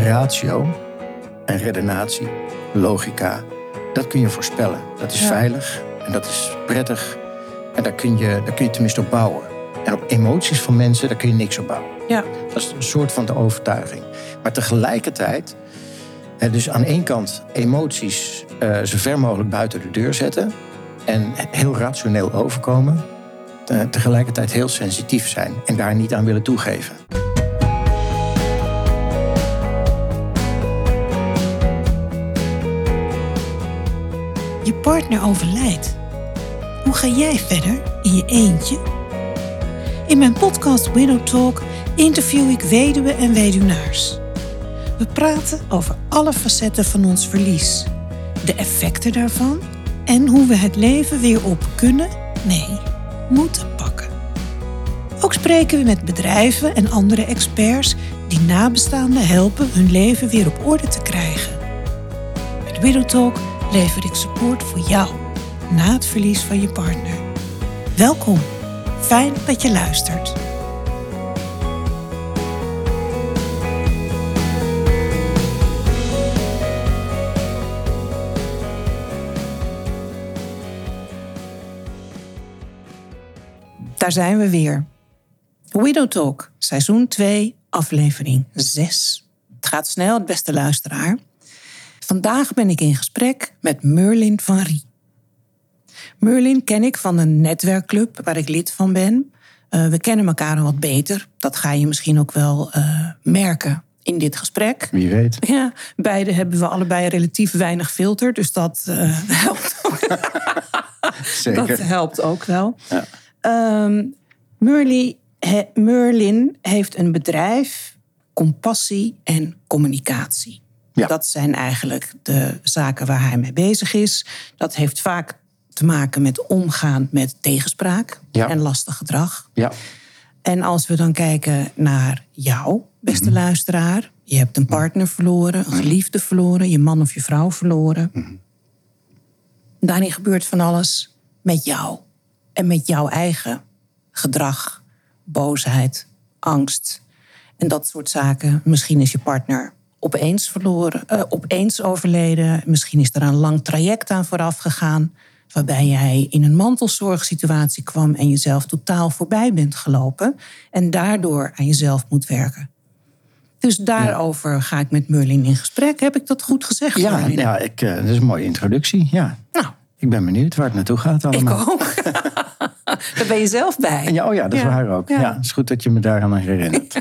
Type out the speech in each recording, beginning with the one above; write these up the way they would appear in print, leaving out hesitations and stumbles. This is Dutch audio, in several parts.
ratio en redenatie, logica, dat kun je voorspellen. Dat is veilig en dat is prettig. En daar kun je tenminste op bouwen. En op emoties van mensen, daar kun je niks op bouwen. Ja. Dat is een soort van de overtuiging. Maar tegelijkertijd, dus aan één kant emoties zo ver mogelijk buiten de deur zetten. En heel rationeel overkomen. Tegelijkertijd heel sensitief zijn en daar niet aan willen toegeven. Je partner overlijdt. Hoe ga jij verder in je eentje? In mijn podcast Widow Talk interview ik weduwen en weduwnaars. We praten over alle facetten van ons verlies, de effecten daarvan en hoe we het leven weer op kunnen, moeten pakken. Ook spreken we met bedrijven en andere experts die nabestaanden helpen hun leven weer op orde te krijgen. Met Widow Talk lever ik support voor jou na het verlies van je partner. Welkom, fijn dat je luistert. Daar zijn we weer. Widow Talk, seizoen 2, aflevering 6. Het gaat snel, het beste luisteraar. Vandaag ben ik in gesprek met Merlin van Rie. Merlin ken ik van een netwerkclub waar ik lid van ben. We kennen elkaar al wat beter. Dat ga je misschien ook wel merken in dit gesprek. Wie weet. Ja, beide hebben we allebei relatief weinig filter, dus dat helpt ook. Zeker. Dat helpt ook wel. Ja. Merlin heeft een bedrijf, compassie en communicatie. Ja. Dat zijn eigenlijk de zaken waar hij mee bezig is. Dat heeft vaak te maken met omgaan met tegenspraak en lastig gedrag. Ja. En als we dan kijken naar jou, beste luisteraar. Je hebt een partner verloren, een geliefde verloren, je man of je vrouw verloren. Daarin gebeurt van alles met jou. En met jouw eigen gedrag, boosheid, angst en dat soort zaken. Misschien is je partner opeens overleden. Misschien is er een lang traject aan vooraf gegaan, waarbij jij in een mantelzorgsituatie kwam en jezelf totaal voorbij bent gelopen en daardoor aan jezelf moet werken. Dus daarover ga ik met Merlin in gesprek. Heb ik dat goed gezegd? Ja, dat is een mooie introductie. Ja. Nou, ik ben benieuwd waar het naartoe gaat allemaal. Ik ook. Daar ben je zelf bij. Ja, dat is waar ook. Ja, het is goed dat je me daaraan herinnert.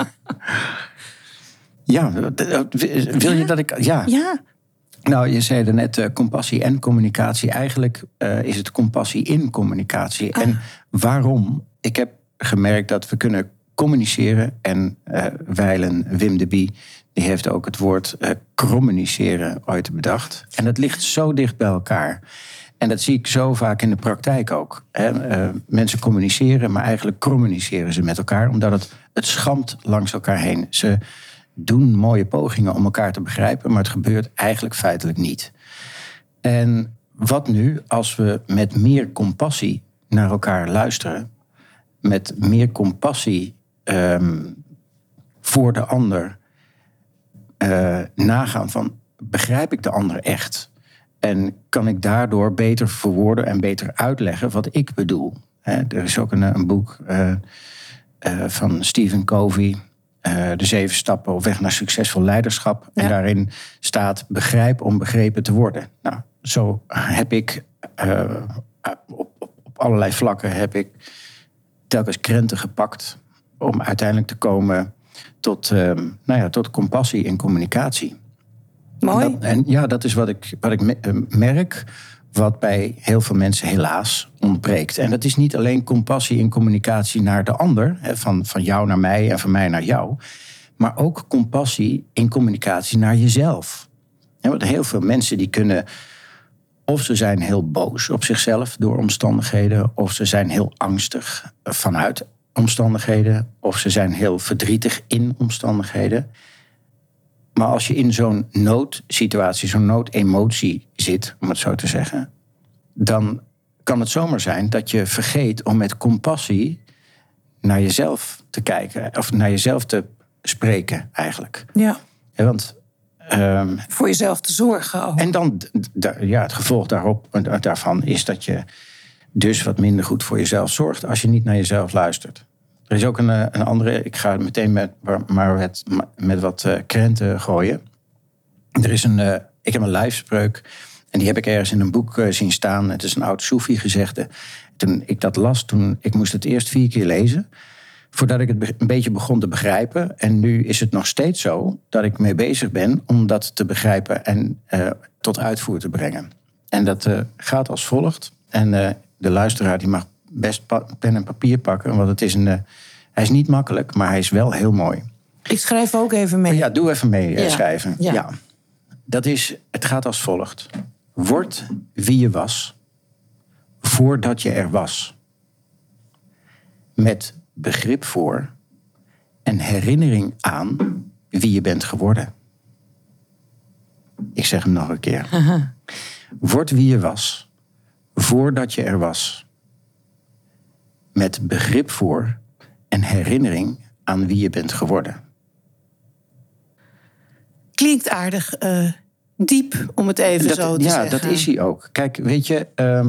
Wil je dat ik... Ja. Nou, je zei er net compassie en communicatie. Eigenlijk is het compassie in communicatie. En waarom? Ik heb gemerkt dat we kunnen communiceren. En wijlen Wim de Bie, die heeft ook het woord communiceren ooit bedacht. En dat ligt zo dicht bij elkaar. En dat zie ik zo vaak in de praktijk ook. Mensen communiceren, maar eigenlijk communiceren ze met elkaar. Omdat het schampt langs elkaar heen. Ze doen mooie pogingen om elkaar te begrijpen, maar het gebeurt eigenlijk feitelijk niet. En wat nu als we met meer compassie naar elkaar luisteren, met meer compassie voor de ander nagaan van, begrijp ik de ander echt? En kan ik daardoor beter verwoorden en beter uitleggen wat ik bedoel? Er is ook een boek van Stephen Covey, De 7 stappen op weg naar succesvol leiderschap. Ja. En daarin staat begrijp om begrepen te worden. Nou, zo heb ik op allerlei vlakken heb ik telkens krenten gepakt om uiteindelijk te komen tot compassie en communicatie. Mooi. Dat is wat ik merk, wat bij heel veel mensen helaas ontbreekt. En dat is niet alleen compassie en communicatie naar de ander, van jou naar mij en van mij naar jou, maar ook compassie in communicatie naar jezelf. Want heel veel mensen die kunnen, of ze zijn heel boos op zichzelf door omstandigheden, of ze zijn heel angstig vanuit omstandigheden, of ze zijn heel verdrietig in omstandigheden. Maar als je in zo'n noodsituatie, zo'n noodemotie zit, om het zo te zeggen, dan kan het zomaar zijn dat je vergeet om met compassie naar jezelf te kijken, of naar jezelf te spreken eigenlijk. Ja. Want, voor jezelf te zorgen ook. En dan, het gevolg daarvan is dat je dus wat minder goed voor jezelf zorgt als je niet naar jezelf luistert. Er is ook een andere, ik ga meteen met wat krenten gooien. Ik heb een lijfspreuk en die heb ik ergens in een boek zien staan. Het is een oud Soefi gezegde. Toen ik dat las, ik moest het eerst 4 keer lezen voordat ik het een beetje begon te begrijpen. En nu is het nog steeds zo dat ik mee bezig ben om dat te begrijpen en tot uitvoer te brengen. En dat gaat als volgt. En de luisteraar die mag best pen en papier pakken, want hij is niet makkelijk, maar hij is wel heel mooi. Ik schrijf ook even mee. Ja, doe even mee schrijven. Ja. Het gaat als volgt. Word wie je was voordat je er was. Met begrip voor en herinnering aan wie je bent geworden. Ik zeg hem nog een keer. Aha. Word wie je was voordat je er was. Met begrip voor en herinnering aan wie je bent geworden. Klinkt aardig diep, om het even zo te zeggen. Ja, dat is hij ook. Kijk, weet je,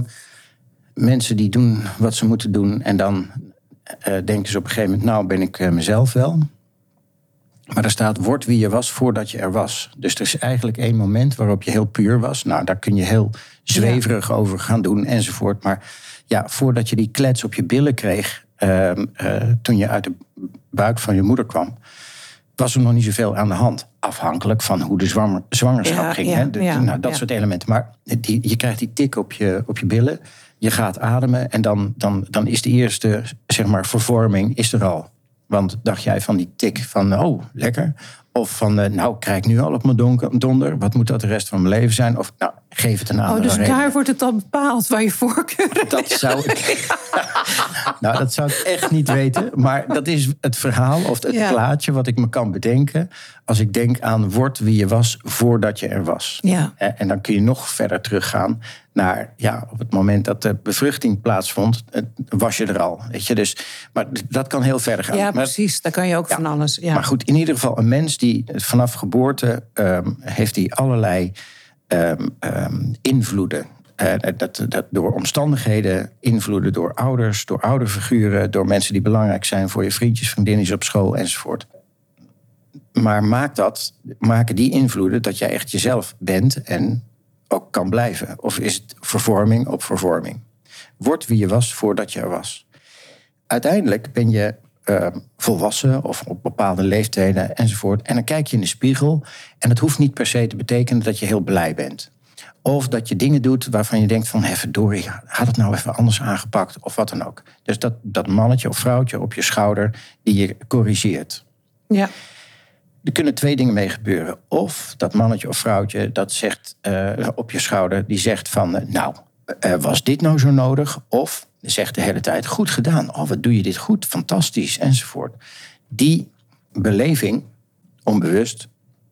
mensen die doen wat ze moeten doen en dan denken ze op een gegeven moment, nou ben ik mezelf wel. Maar er staat, word wie je was voordat je er was. Dus er is eigenlijk 1 moment waarop je heel puur was. Nou, daar kun je heel zweverig over gaan doen enzovoort. Maar ja, voordat je die klets op je billen kreeg, toen je uit de buik van je moeder kwam, was er nog niet zoveel aan de hand. Afhankelijk van hoe de zwangerschap ging. Hè? Dat soort elementen. Maar je krijgt die tik op je billen. Je gaat ademen en dan is de eerste, zeg maar, vervorming is er al. Want dacht jij van die tik van, oh, lekker. Of van, nou, krijg ik nu al op mijn donder. Wat moet dat de rest van mijn leven zijn? Of, nou, geef het een andere reden. Dus daar wordt het al bepaald waar je voorkeur dat zou ik... Nou, dat zou ik echt niet weten. Maar dat is het verhaal of het plaatje wat ik me kan bedenken als ik denk aan word wie je was voordat je er was. Ja. En dan kun je nog verder teruggaan naar, op het moment dat de bevruchting plaatsvond, was je er al. Weet je? Dus, maar dat kan heel verder gaan. Ja, precies. Daar kan je ook van alles. Ja. Maar goed, in ieder geval een mens die vanaf geboorte heeft die allerlei invloeden. Dat door omstandigheden, invloeden door ouders, door ouderfiguren, door mensen die belangrijk zijn voor je vriendjes, vriendinnetjes op school enzovoort. Maar maken die invloeden dat jij echt jezelf bent en ook kan blijven? Of is het vervorming op vervorming? Word wie je was voordat je er was. Uiteindelijk ben je volwassen of op bepaalde leeftijden enzovoort. En dan kijk je in de spiegel en het hoeft niet per se te betekenen dat je heel blij bent. Of dat je dingen doet waarvan je denkt van, verdorie, had het nou even anders aangepakt of wat dan ook. Dus dat mannetje of vrouwtje op je schouder die je corrigeert. Ja. Er kunnen 2 dingen mee gebeuren. Of dat mannetje of vrouwtje dat zegt op je schouder, die zegt van, was dit nou zo nodig? Of zegt de hele tijd, goed gedaan. Oh, wat doe je dit goed, fantastisch, enzovoort. Die beleving, onbewust,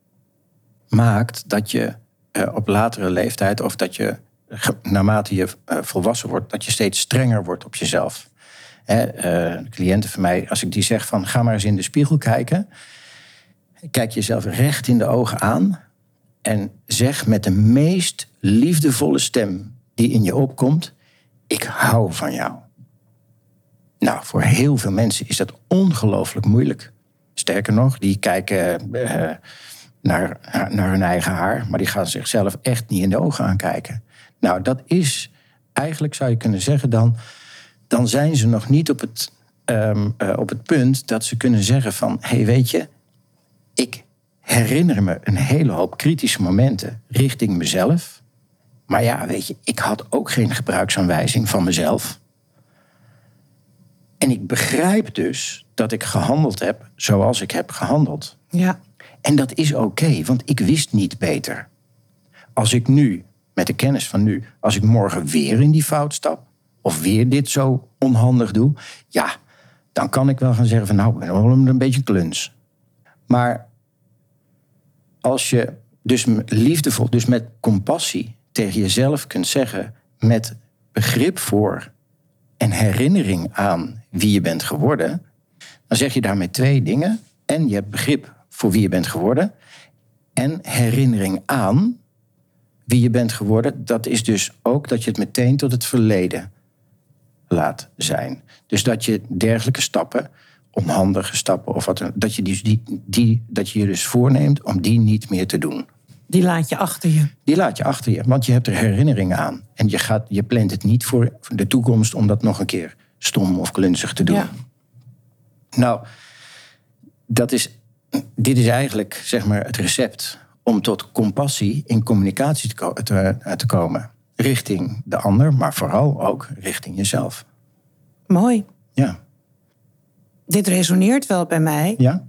maakt dat je op latere leeftijd, of dat je, naarmate je volwassen wordt, dat je steeds strenger wordt op jezelf. Cliënten van mij, als ik die zeg van, ga maar eens in de spiegel kijken. Kijk jezelf recht in de ogen aan en zeg met de meest liefdevolle stem die in je opkomt, ik hou van jou. Nou, voor heel veel mensen is dat ongelooflijk moeilijk. Sterker nog, die kijken naar hun eigen haar, maar die gaan zichzelf echt niet in de ogen aankijken. Nou, dat is, eigenlijk zou je kunnen zeggen dan zijn ze nog niet op het punt dat ze kunnen zeggen van, weet je, ik herinner me een hele hoop kritische momenten richting mezelf. Maar weet je, ik had ook geen gebruiksaanwijzing van mezelf. En ik begrijp dus dat ik gehandeld heb zoals ik heb gehandeld. Ja. En dat is oké, want ik wist niet beter. Als ik nu, met de kennis van nu, als ik morgen weer in die fout stap, of weer dit zo onhandig doe, dan kan ik wel gaan zeggen van, ik ben wel een beetje kluns. Maar als je dus liefdevol, dus met compassie tegen jezelf kunt zeggen, met begrip voor en herinnering aan wie je bent geworden, dan zeg je daarmee 2 dingen. En je hebt begrip voor wie je bent geworden. en herinnering aan wie je bent geworden. Dat is dus ook dat je het meteen tot het verleden laat zijn. Dus dat je dergelijke stappen, onhandige stappen of wat, dat je dus dat je dus voorneemt om die niet meer te doen. Die laat je achter je. Die laat je achter je, want je hebt er herinneringen aan. En je plant het niet voor de toekomst om dat nog een keer stom of klunzig te doen. Ja. Nou, dit is eigenlijk zeg maar het recept om tot compassie in communicatie te komen. Richting de ander, maar vooral ook richting jezelf. Mooi. Ja. Dit resoneert wel bij mij. Ja.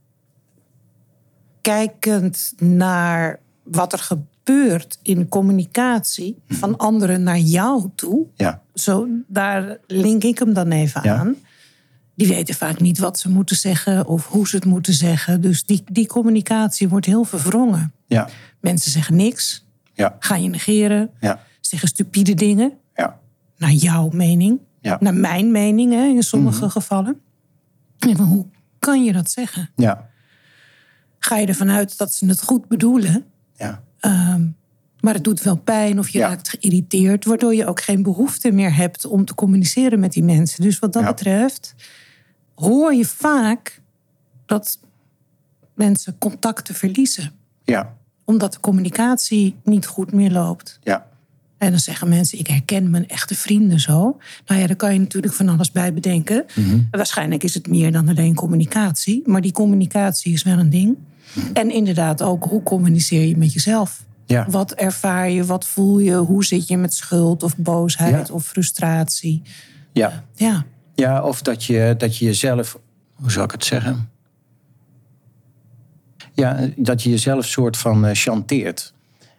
Kijkend naar wat er gebeurt in communicatie van anderen naar jou toe. Ja. Zo, daar link ik hem dan even aan. Die weten vaak niet wat ze moeten zeggen of hoe ze het moeten zeggen. Dus die communicatie wordt heel verwrongen. Ja. Mensen zeggen niks. Ja. Gaan je negeren. Ja. Zeggen stupide dingen. Ja. Naar jouw mening. Ja. Naar mijn mening in sommige gevallen. En hoe kan je dat zeggen? Ja. Ga je ervan uit dat ze het goed bedoelen? Ja. Maar het doet wel pijn of je raakt geïrriteerd, waardoor je ook geen behoefte meer hebt om te communiceren met die mensen. Dus wat dat betreft hoor je vaak dat mensen contacten verliezen. Ja. Omdat de communicatie niet goed meer loopt. Ja. En dan zeggen mensen, ik herken mijn echte vrienden zo. Nou ja, daar kan je natuurlijk van alles bij bedenken. Mm-hmm. Waarschijnlijk is het meer dan alleen communicatie. Maar die communicatie is wel een ding. Mm-hmm. En inderdaad ook, hoe communiceer je met jezelf? Ja. Wat ervaar je, wat voel je? Hoe zit je met schuld of boosheid of frustratie? Ja. Ja. Ja, of dat je jezelf, hoe zou ik het zeggen? Ja, dat je jezelf soort van chanteert.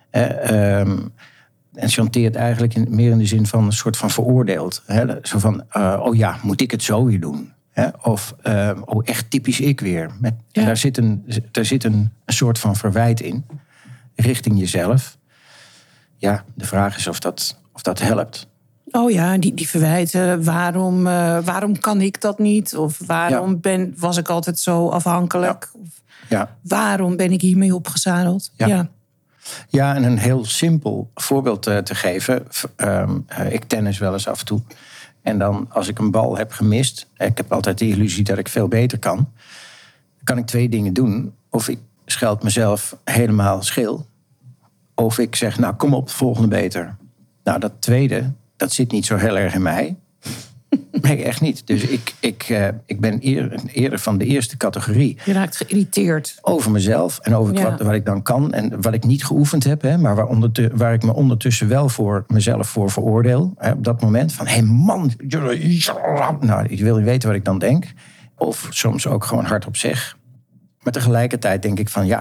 En chanteert eigenlijk meer in de zin van een soort van veroordeeld. Zo van, moet ik het zo weer doen? Of, echt typisch ik weer. En daar zit een soort van verwijt in. Richting jezelf. Ja, de vraag is of dat helpt. Oh ja, die verwijten. Waarom kan ik dat niet? Of waarom was ik altijd zo afhankelijk? Ja. Of Ja. waarom ben ik hiermee opgezadeld? Ja. Ja, en een heel simpel voorbeeld te geven. Ik tennis wel eens af en toe. En dan, als ik een bal heb gemist... Ik heb altijd de illusie dat ik veel beter kan ik 2 dingen doen. Of ik scheld mezelf helemaal schil. Of ik zeg, nou, kom op, volgende beter. Nou, dat tweede, dat zit niet zo heel erg in mij. Nee, echt niet. Dus ik ben eerder van de eerste categorie. Je raakt geïrriteerd. Over mezelf en over wat ik dan kan. En wat ik niet geoefend heb. Maar waar ik me ondertussen wel voor mezelf voor veroordeel. Op dat moment van, hé man. Nou, ik wil niet weten wat ik dan denk. Of soms ook gewoon hardop zeg. Maar tegelijkertijd denk ik van,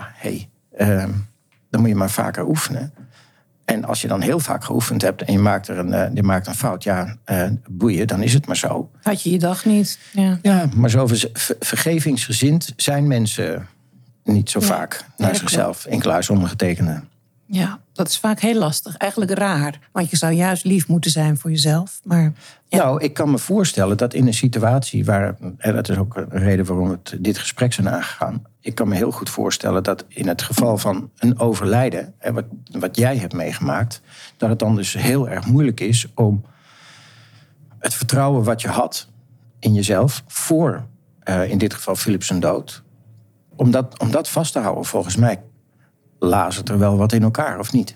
dan moet je maar vaker oefenen. En als je dan heel vaak geoefend hebt en je maakt een fout, boeien, dan is het maar zo. Had je je dag niet. Ja, maar zo vergevingsgezind zijn mensen niet zo vaak naar zichzelf. Enkel ondergetekende. Ja, dat is vaak heel lastig. Eigenlijk raar. Want je zou juist lief moeten zijn voor jezelf. Maar, Nou, ik kan me voorstellen dat in een situatie waar... En dat is ook een reden waarom we dit gesprek zijn aangegaan. Ik kan me heel goed voorstellen dat in het geval van een overlijden... wat jij hebt meegemaakt... dat het dan dus heel erg moeilijk is om het vertrouwen wat je had in jezelf... voor, in dit geval Philips zijn dood... om dat vast te houden, volgens mij... laat het er wel wat in elkaar, of niet?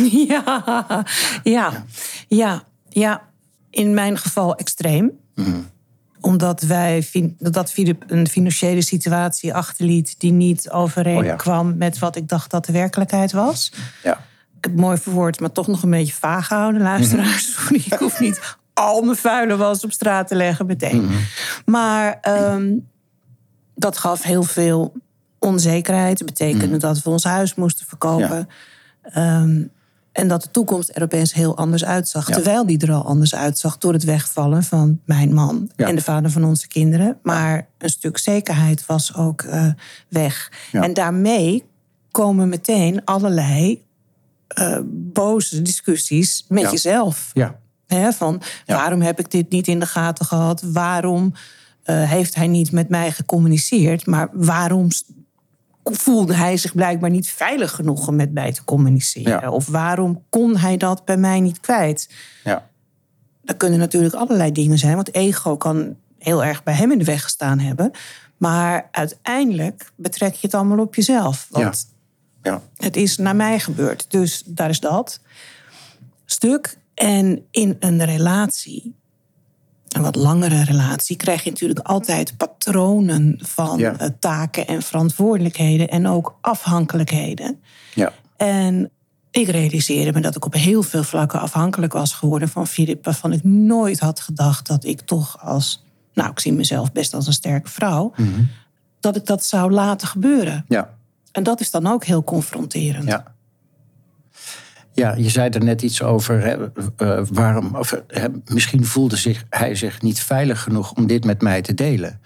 Ja. In mijn geval extreem. Mm. Omdat dat Philip een financiële situatie achterliet... die niet overeenkwam met wat ik dacht dat de werkelijkheid was. Ja. Ik heb het mooi verwoord, maar toch nog een beetje vaag gehouden, luisteraars. Mm-hmm. Ik hoef niet al mijn vuile was op straat te leggen meteen. Mm-hmm. Maar dat gaf heel veel... onzekerheid. Dat betekende dat we ons huis moesten verkopen. Ja. En dat de toekomst er opeens heel anders uitzag. Ja. Terwijl die er al anders uitzag door het wegvallen van mijn man. Ja. En de vader van onze kinderen. Maar een stuk zekerheid was ook weg. Ja. En daarmee komen meteen allerlei boze discussies met jezelf. Ja. Waarom heb ik dit niet in de gaten gehad? Waarom heeft hij niet met mij gecommuniceerd? Maar waarom voelde hij zich blijkbaar niet veilig genoeg om met mij te communiceren? Ja. Of waarom kon hij dat bij mij niet kwijt? Ja. Dat kunnen natuurlijk allerlei dingen zijn. Want ego kan heel erg bij hem in de weg gestaan hebben. Maar uiteindelijk betrek je het allemaal op jezelf. Want het is naar mij gebeurd. Dus daar is dat stuk. En in een relatie, een wat langere relatie, krijg je natuurlijk altijd patronen van taken en verantwoordelijkheden. En ook afhankelijkheden. Ja. En ik realiseerde me dat ik op heel veel vlakken afhankelijk was geworden van Filip. Waarvan ik nooit had gedacht dat ik toch als... Nou, ik zie mezelf best als een sterke vrouw. Mm-hmm. Dat ik dat zou laten gebeuren. Ja. En dat is dan ook heel confronterend. Ja. Ja, je zei er net iets over waarom... misschien voelde hij zich niet veilig genoeg om dit met mij te delen.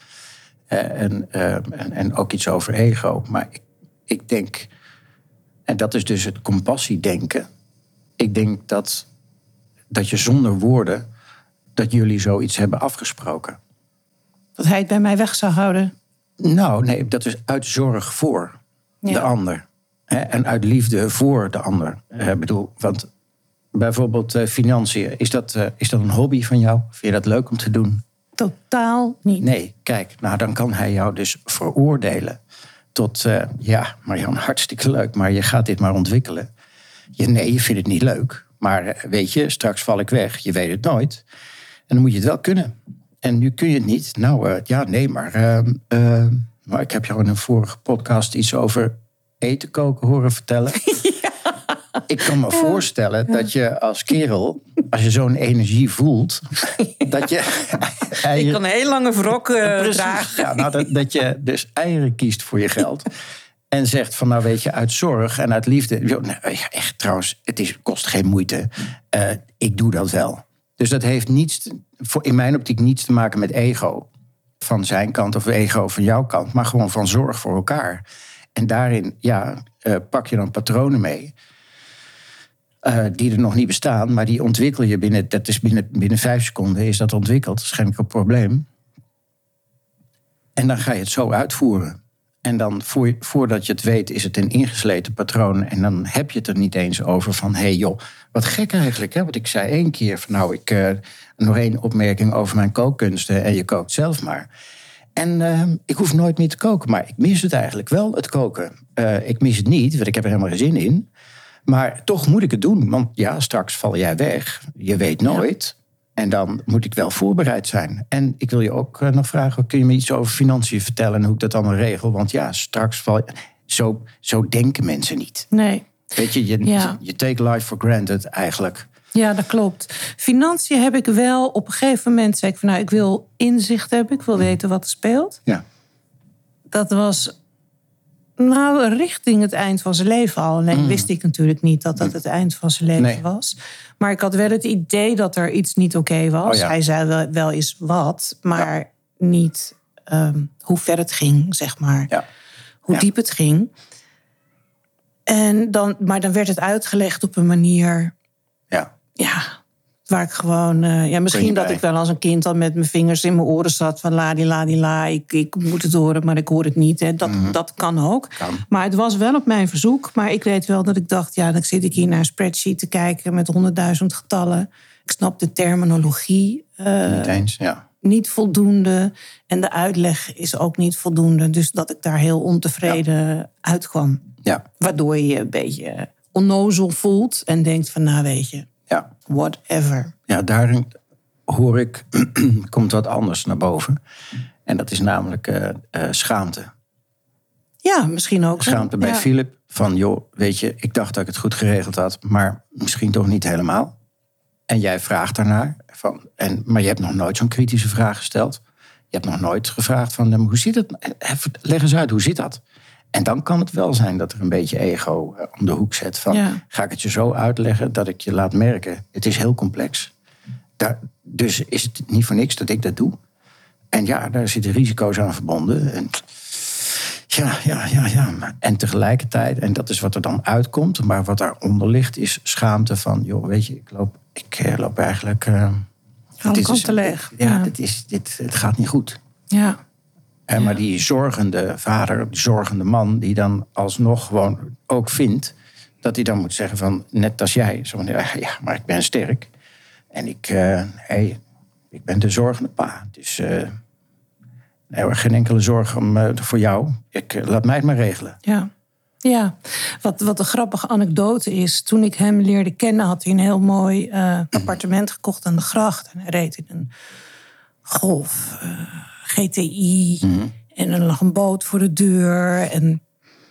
En ook iets over ego. Maar ik denk... En dat is dus het compassiedenken. Ik denk dat je zonder woorden... dat jullie zoiets hebben afgesproken. Dat hij het bij mij weg zou houden? Nou, nee, dat is uit zorg voor de ander. En uit liefde voor de ander. Want bijvoorbeeld financiën, is dat een hobby van jou? Vind je dat leuk om te doen? Totaal niet. Nee, kijk, nou dan kan hij jou dus veroordelen. Tot, Marian, hartstikke leuk, maar je gaat dit maar ontwikkelen. Nee, je vindt het niet leuk. Maar weet je, straks val ik weg. Je weet het nooit. En dan moet je het wel kunnen. En nu kun je het niet. Nou, maar ik heb jou in een vorige podcast iets over eten koken horen vertellen. Ja. Ik kan me voorstellen dat je als kerel, als je zo'n energie voelt, dat je... Ik kan een hele lange wrok dragen. Ja, nou, dat je dus eieren kiest voor je geld. En zegt van, nou weet je, uit zorg en uit liefde. Echt trouwens, kost geen moeite. Ik doe dat wel. Dus dat heeft in mijn optiek niets te maken met ego van zijn kant of ego van jouw kant. Maar gewoon van zorg voor elkaar. En daarin pak je dan patronen mee. Die er nog niet bestaan, maar die ontwikkel je binnen 5 seconden is dat ontwikkeld. Dat is geen enkel probleem. En dan ga je het zo uitvoeren. En dan voordat je het weet is het een ingesleten patroon. En dan heb je het er niet eens over van... hé joh, wat gek eigenlijk. Hè? Want ik zei 1 keer van nog 1 opmerking over mijn kookkunsten... en je kookt zelf maar. En ik hoef nooit meer te koken. Maar ik mis het eigenlijk wel, het koken. Ik mis het niet, want ik heb er helemaal geen zin in. Maar toch moet ik het doen. Want ja, straks val jij weg. Je weet nooit... Ja. En dan moet ik wel voorbereid zijn. En ik wil je ook nog vragen... kun je me iets over financiën vertellen... en hoe ik dat allemaal regel? Want ja, straks val je... Zo denken mensen niet. Nee. Weet je, je take life for granted eigenlijk. Ja, dat klopt. Financiën heb ik wel... op een gegeven moment zei ik van... ik wil inzicht hebben. Ik wil weten wat er speelt. Ja. Dat was... richting het eind van zijn leven al. Alleen wist ik natuurlijk niet dat het eind van zijn leven was. Maar ik had wel het idee dat er iets niet oké was. Oh ja. Hij zei wel eens wat, maar niet hoe ver het ging, zeg maar. Ja. Hoe diep het ging. Maar dan werd het uitgelegd op een manier... Ja, waar ik gewoon... misschien dat ik wel als een kind al met mijn vingers in mijn oren zat... van la. Ik moet het horen, maar ik hoor het niet. Hè. Dat kan ook. Maar het was wel op mijn verzoek. Maar ik weet wel dat ik dacht... dan zit ik hier naar een spreadsheet te kijken... met 100.000 getallen. Ik snap de terminologie. Niet eens, ja. Niet voldoende. En de uitleg is ook niet voldoende. Dus dat ik daar heel ontevreden uitkwam. Ja. Waardoor je je een beetje onnozel voelt... en denkt van, weet je... Ja. Whatever. Ja, daarin hoor ik, komt wat anders naar boven. En dat is namelijk schaamte. Ja, misschien ook. Schaamte bij Filip. Van, joh, weet je, ik dacht dat ik het goed geregeld had... maar misschien toch niet helemaal. En jij vraagt daarnaar. Maar je hebt nog nooit zo'n kritische vraag gesteld. Je hebt nog nooit gevraagd van, hoe zit het? Leg eens uit, hoe zit dat? En dan kan het wel zijn dat er een beetje ego om de hoek zet. Ga ik het je zo uitleggen dat ik je laat merken... het is heel complex. Dus is het niet voor niks dat ik dat doe. En ja, daar zitten risico's aan verbonden. En ja. En tegelijkertijd, en dat is wat er dan uitkomt... maar wat daaronder ligt is schaamte van... joh, weet je, ik loop eigenlijk... alle kanten leeg. Ja, het gaat niet goed. Ja. Maar die zorgende vader, die zorgende man, die dan alsnog gewoon ook vindt dat hij dan moet zeggen van, net als jij, zo van, ja, maar ik ben sterk. En ik ben de zorgende pa. Dus geen enkele zorg voor jou. Laat mij het maar regelen. Ja. Wat een grappige anekdote is. Toen ik hem leerde kennen, had hij een heel mooi appartement gekocht aan de gracht. En hij reed in een Golf GTI. Mm-hmm. En er lag een boot voor de deur. En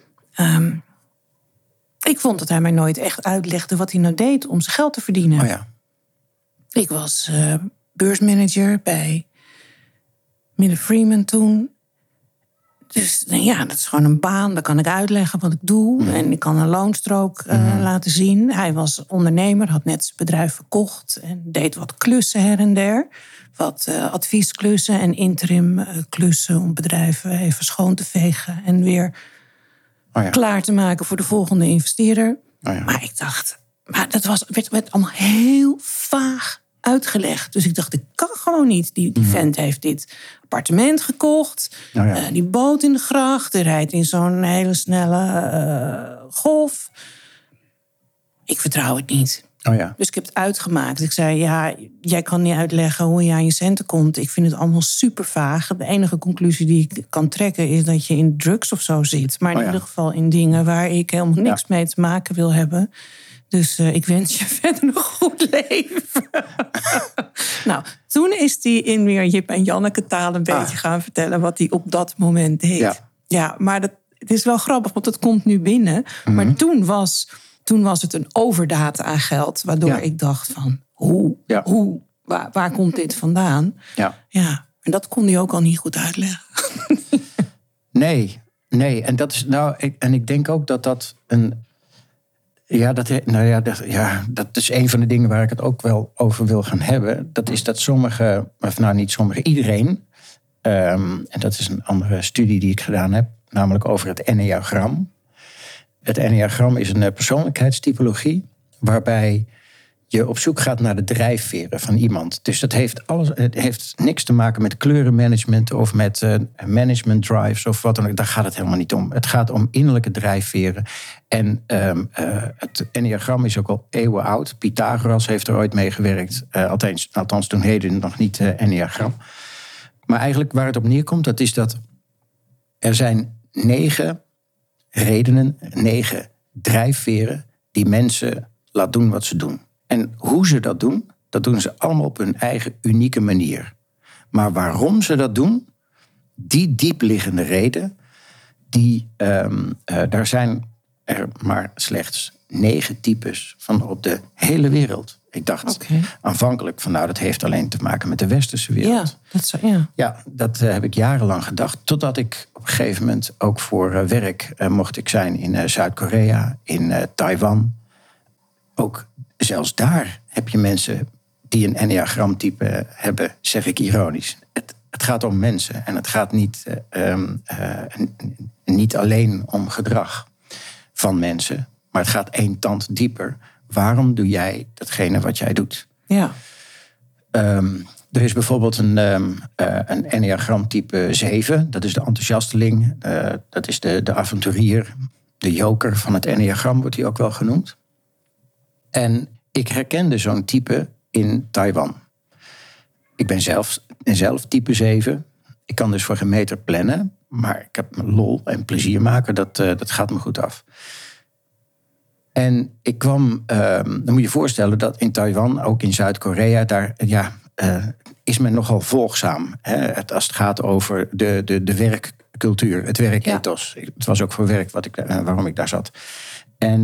ik vond dat hij mij nooit echt uitlegde wat hij nou deed om zijn geld te verdienen. Oh ja. Ik was beursmanager bij Miller Freeman toen. Dus ja, dat is gewoon een baan. Dan kan ik uitleggen wat ik doe. Mm. En ik kan een loonstrook laten zien. Hij was ondernemer, had net zijn bedrijf verkocht. En deed wat klussen her en der. Wat adviesklussen en interim klussen om bedrijven even schoon te vegen. En weer klaar te maken voor de volgende investeerder. Oh ja. Maar ik dacht, werd allemaal heel vaag uitgelegd. Dus ik dacht, ik kan gewoon niet. Die vent heeft dit appartement gekocht. Die boot in de gracht. Hij rijdt in zo'n hele snelle Golf. Ik vertrouw het niet. Oh ja. Dus ik heb het uitgemaakt. Ik zei, jij kan niet uitleggen hoe je aan je centen komt. Ik vind het allemaal super vaag. De enige conclusie die ik kan trekken is dat je in drugs of zo zit. Maar in ieder geval in dingen waar ik helemaal niks mee te maken wil hebben. Dus ik wens je verder een goed leven. Nou, toen is hij in weer Jip en Janneke taal een beetje gaan vertellen wat hij op dat moment deed. Ja, maar het is wel grappig, want dat komt nu binnen. Mm-hmm. Maar toen was het een overdaad aan geld. Waardoor ik dacht van, hoe, waar komt dit vandaan? Ja, en dat kon hij ook al niet goed uitleggen. Nee. En dat is en ik denk ook dat een. Dat is een van de dingen waar ik het ook wel over wil gaan hebben. Dat is dat iedereen. En dat is een andere studie die ik gedaan heb, namelijk over het Enneagram. Het Enneagram is een persoonlijkheidstypologie waarbij je op zoek gaat naar de drijfveren van iemand. Dus het heeft niks te maken met kleurenmanagement of met management drives of wat dan ook. Daar gaat het helemaal niet om. Het gaat om innerlijke drijfveren. En het Enneagram is ook al eeuwen oud. Pythagoras heeft er ooit mee gewerkt. Althans toen heette het nog niet Enneagram. Maar eigenlijk waar het op neerkomt, dat is dat er zijn 9 redenen, 9 drijfveren die mensen laat doen wat ze doen. En hoe ze dat doen ze allemaal op hun eigen unieke manier. Maar waarom ze dat doen, die diepliggende reden, daar zijn er maar slechts 9 types van op de hele wereld. Ik dacht aanvankelijk van dat heeft alleen te maken met de westerse wereld. Ja, dat heb ik jarenlang gedacht. Totdat ik op een gegeven moment ook voor werk mocht ik zijn in Zuid-Korea, in Taiwan. Ook zelfs daar heb je mensen die een Enneagramtype hebben, zeg ik ironisch. Het gaat om mensen en het gaat niet alleen om gedrag van mensen. Maar het gaat 1 tand dieper. Waarom doe jij datgene wat jij doet? Ja. Er is bijvoorbeeld een Enneagramtype 7. Dat is de enthousiasteling. Dat is de avonturier. De joker van het Enneagram wordt hij ook wel genoemd. En ik herkende zo'n type in Taiwan. Ik ben zelf type 7. Ik kan dus voor geen meter plannen. Maar ik heb lol en plezier maken. Dat gaat me goed af. En ik kwam, dan moet je je voorstellen dat in Taiwan, ook in Zuid-Korea, daar is men nogal volgzaam. Hè? Als het gaat over de werkcultuur, het werkethos. Ja. Het was ook voor werk waarom ik daar zat. En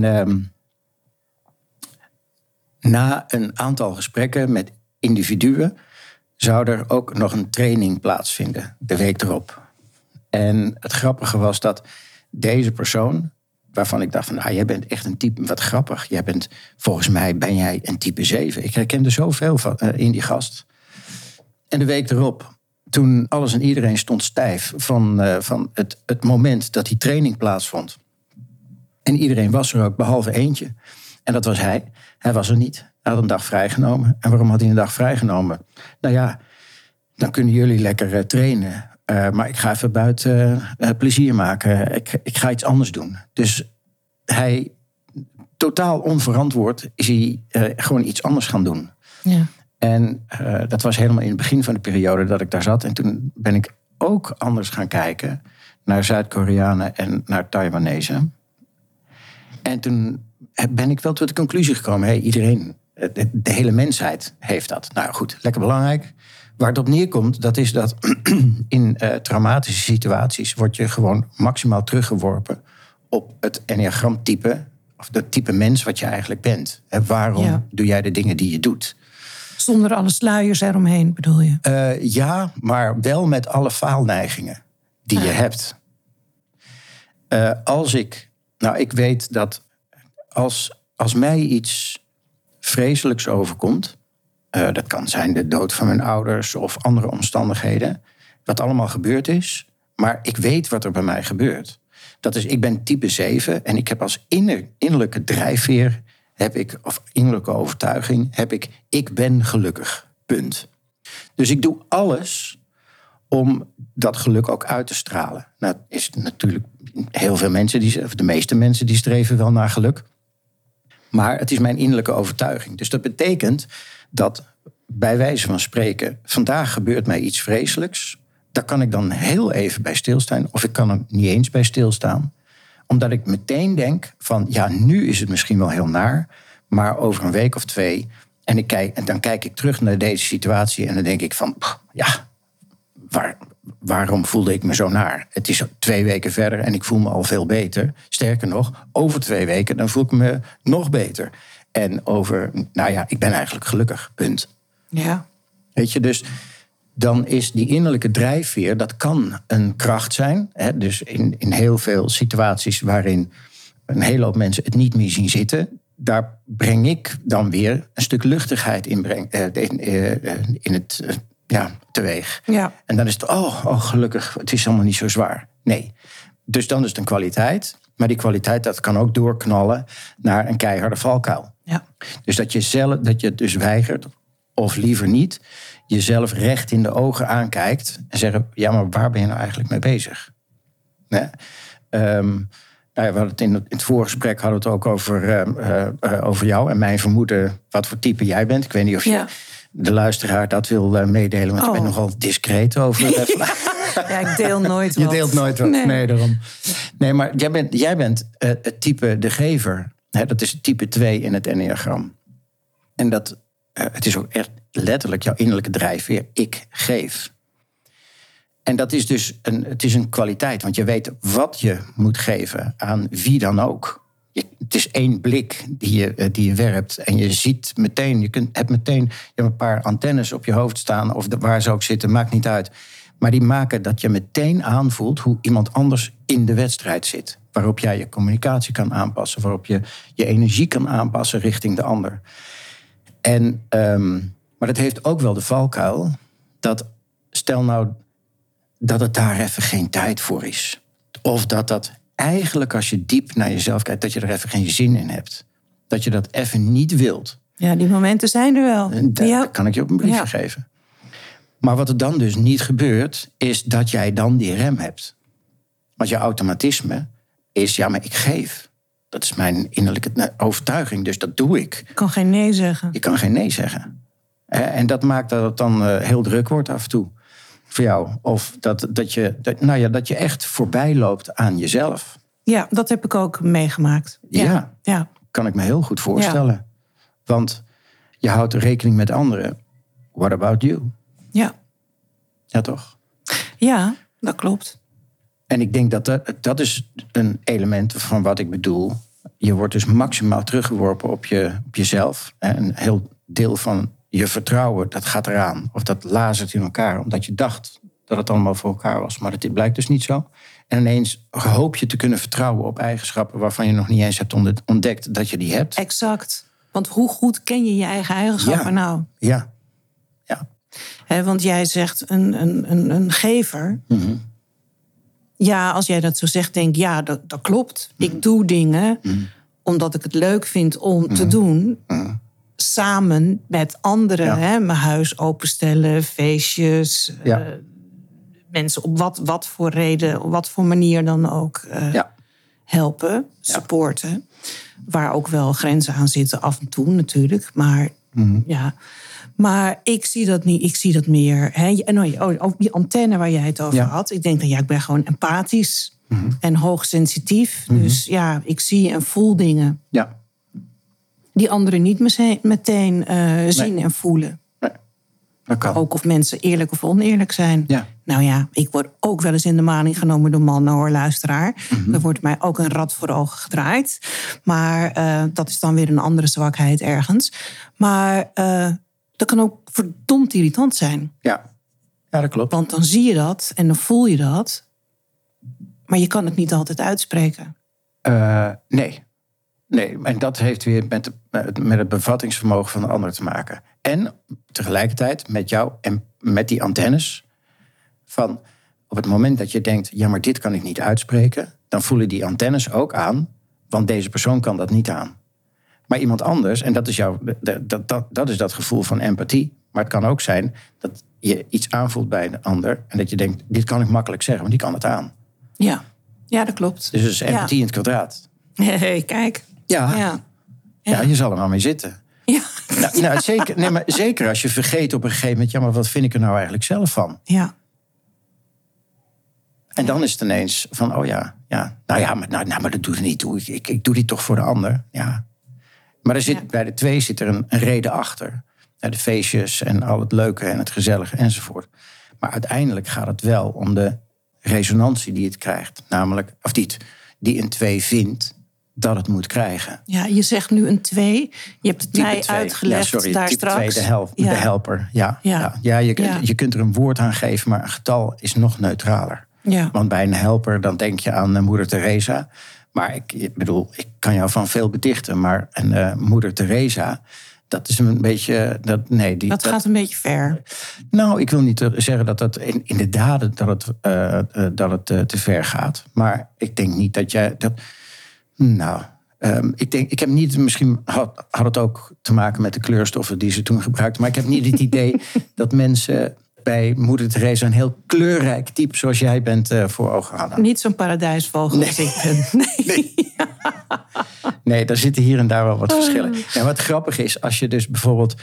na een aantal gesprekken met individuen zou er ook nog een training plaatsvinden, de week erop. En het grappige was dat deze persoon, waarvan ik dacht van, jij bent echt een type, wat grappig. Volgens mij ben jij een type 7. Ik herkende zoveel in die gast. En de week erop, toen alles en iedereen stond stijf van het moment dat die training plaatsvond. En iedereen was er ook, behalve eentje. En dat was hij. Hij was er niet. Hij had een dag vrijgenomen. En waarom had hij een dag vrijgenomen? Dan kunnen jullie lekker trainen. Maar ik ga even buiten plezier maken. Ik ga iets anders doen. Dus hij, totaal onverantwoord, is hij gewoon iets anders gaan doen. Ja. En dat was helemaal in het begin van de periode dat ik daar zat. En toen ben ik ook anders gaan kijken naar Zuid-Koreanen en naar Taiwanezen. En toen ben ik wel tot de conclusie gekomen, iedereen, de hele mensheid heeft dat. Nou goed, lekker belangrijk. Waar het op neerkomt, dat is dat in traumatische situaties word je gewoon maximaal teruggeworpen op het enneagramtype, of het type mens wat je eigenlijk bent. Waarom doe jij de dingen die je doet? Zonder alle sluiers eromheen, bedoel je? Ja, maar wel met alle faalneigingen die je hebt. Ik weet dat als mij iets vreselijks overkomt, dat kan zijn de dood van mijn ouders of andere omstandigheden, wat allemaal gebeurd is, maar ik weet wat er bij mij gebeurt. Dat is, ik ben type 7 en ik heb als innerlijke drijfveer, of innerlijke overtuiging, ik ben gelukkig. Punt. Dus ik doe alles om dat geluk ook uit te stralen. Nou, is natuurlijk heel veel mensen, of de meeste mensen, die streven wel naar geluk. Maar het is mijn innerlijke overtuiging. Dus dat betekent dat, bij wijze van spreken, vandaag gebeurt mij iets vreselijks. Daar kan ik dan heel even bij stilstaan. Of ik kan er niet eens bij stilstaan. Omdat ik meteen denk van, nu is het misschien wel heel naar. Maar over een week of 2... En dan kijk ik terug naar deze situatie en dan denk ik van, waarom voelde ik me zo naar? Het is 2 weken verder en ik voel me al veel beter. Sterker nog, over 2 weken, dan voel ik me nog beter. En ik ben eigenlijk gelukkig, punt. Ja. Weet je, dus dan is die innerlijke drijfveer, dat kan een kracht zijn. Hè? Dus in heel veel situaties waarin een hele hoop mensen het niet meer zien zitten, daar breng ik dan weer een stuk luchtigheid in het teweeg. Ja. En dan is het, gelukkig, het is allemaal niet zo zwaar. Nee. Dus dan is het een kwaliteit. Maar die kwaliteit, dat kan ook doorknallen naar een keiharde valkuil. Ja. Dus dat je dus weigert, of liever niet, jezelf recht in de ogen aankijkt en zeggen, maar waar ben je nou eigenlijk mee bezig? Nee? We hadden het in het voorgesprek hadden we het ook over jou en mijn vermoeden wat voor type jij bent. Ik weet niet of je de luisteraar dat wil meedelen, want je bent nogal discreet over. Ja, ik deel nooit wat. Je deelt nooit wat. Nee, daarom. Nee, maar jij bent het type de gever. Hè, dat is het type 2 in het enneagram. En het is ook echt letterlijk jouw innerlijke drijfveer. Ik geef. En dat is dus een kwaliteit, want je weet wat je moet geven aan wie dan ook. Het is 1 blik die je werpt en je ziet meteen, je hebt een paar antennes op je hoofd staan of waar ze ook zitten, maakt niet uit. Maar die maken dat je meteen aanvoelt hoe iemand anders in de wedstrijd zit. Waarop jij je communicatie kan aanpassen, waarop je je energie kan aanpassen richting de ander. Maar dat heeft ook wel de valkuil dat, stel nou dat het daar even geen tijd voor is. Of dat eigenlijk, als je diep naar jezelf kijkt, dat je er even geen zin in hebt. Dat je dat even niet wilt. Ja, die momenten zijn er wel. Dat kan ik je op een briefje geven. Maar wat er dan dus niet gebeurt, is dat jij dan die rem hebt. Want je automatisme is, maar ik geef. Dat is mijn innerlijke overtuiging, dus dat doe ik. Je kan geen nee zeggen. Je kan geen nee zeggen. En dat maakt dat het dan heel druk wordt af en toe. Voor jou. Of dat je echt voorbij loopt aan jezelf. Ja, dat heb ik ook meegemaakt. Ja. Kan ik me heel goed voorstellen. Ja. Want je houdt rekening met anderen. What about you? Ja. Ja, toch? Ja, dat klopt. En ik denk dat is een element van wat ik bedoel. Je wordt dus maximaal teruggeworpen op jezelf. Een heel deel van je vertrouwen, dat gaat eraan. Of dat lazert in elkaar, omdat je dacht dat het allemaal voor elkaar was. Maar dat blijkt dus niet zo. En ineens hoop je te kunnen vertrouwen op eigenschappen waarvan je nog niet eens hebt ontdekt dat je die hebt. Exact. Want hoe goed ken je je eigen eigenschappen nou? Ja. Want jij zegt een gever. Mm-hmm. Ja, als jij dat zo zegt, denk ik, dat klopt. Mm-hmm. Ik doe dingen omdat ik het leuk vind om te doen. Mm-hmm. Samen met anderen. Mijn huis openstellen, feestjes, mensen op wat voor reden, op wat voor manier dan ook helpen, supporten. Ja. Waar ook wel grenzen aan zitten af en toe natuurlijk. Maar Maar ik zie dat niet. Ik zie dat meer. Ook die antenne waar jij het over had. Ik denk dat ik ben gewoon empathisch en hoogsensitief. Dus ik zie en voel dingen. Ja. Die anderen niet meteen zien en voelen. Nee. Dat kan. Ook of mensen eerlijk of oneerlijk zijn. Ja. Nou ja, ik word ook wel eens in de maling genomen door mannen, hoor, luisteraar. Er wordt mij ook een rad voor ogen gedraaid. Maar dat is dan weer een andere zwakheid ergens. Maar dat kan ook verdomd irritant zijn. Ja, dat klopt. Want dan zie je dat en dan voel je dat. Maar je kan het niet altijd uitspreken. Nee, en dat heeft weer met het bevattingsvermogen van de ander te maken. En tegelijkertijd met jou en met die antennes. Van op het moment dat je denkt, ja, maar dit kan ik niet uitspreken, dan voelen die antennes ook aan, want deze persoon kan dat niet aan. Maar iemand anders, en dat is dat is dat gevoel van empathie. Maar het kan ook zijn dat je iets aanvoelt bij een ander en dat je denkt, dit kan ik makkelijk zeggen, want die kan het aan. Ja, dat klopt. Dus het is empathie in het kwadraat. Hey, kijk. Ja, je zal er nou mee zitten. Ja. Nou, zeker als je vergeet op een gegeven moment, ja, maar wat vind ik er nou eigenlijk zelf van? Ja. En dan is het ineens van, maar dat doe ik niet toe. Ik doe dit toch voor de ander. Ja. Maar bij de twee zit er een reden achter. De feestjes en al het leuke en het gezellige enzovoort. Maar uiteindelijk gaat het wel om de resonantie die het krijgt. Namelijk, of die een 2 vindt dat het moet krijgen. Ja, je zegt nu een 2. Je hebt het type mij 2. Uitgelegd daar type straks. 2, de helper. Je kunt er een woord aan geven, maar een getal is nog neutraler. Ja. Want bij een helper, dan denk je aan Moeder Teresa. Maar ik kan jou van veel betichten. Maar Moeder Teresa, dat is een beetje... Dat gaat een beetje ver. Nou, ik wil niet zeggen dat dat in de daden dat het te ver gaat. Maar ik denk niet dat jij... ik heb niet... Misschien had het ook te maken met de kleurstoffen die ze toen gebruikten. Maar ik heb niet het idee dat mensen bij Moeder Teresa een heel kleurrijk type zoals jij bent voor ogen hadden. Niet zo'n paradijsvogel als ik ben. Nee, daar zitten hier en daar wel wat verschillen. En wat grappig is, als je dus bijvoorbeeld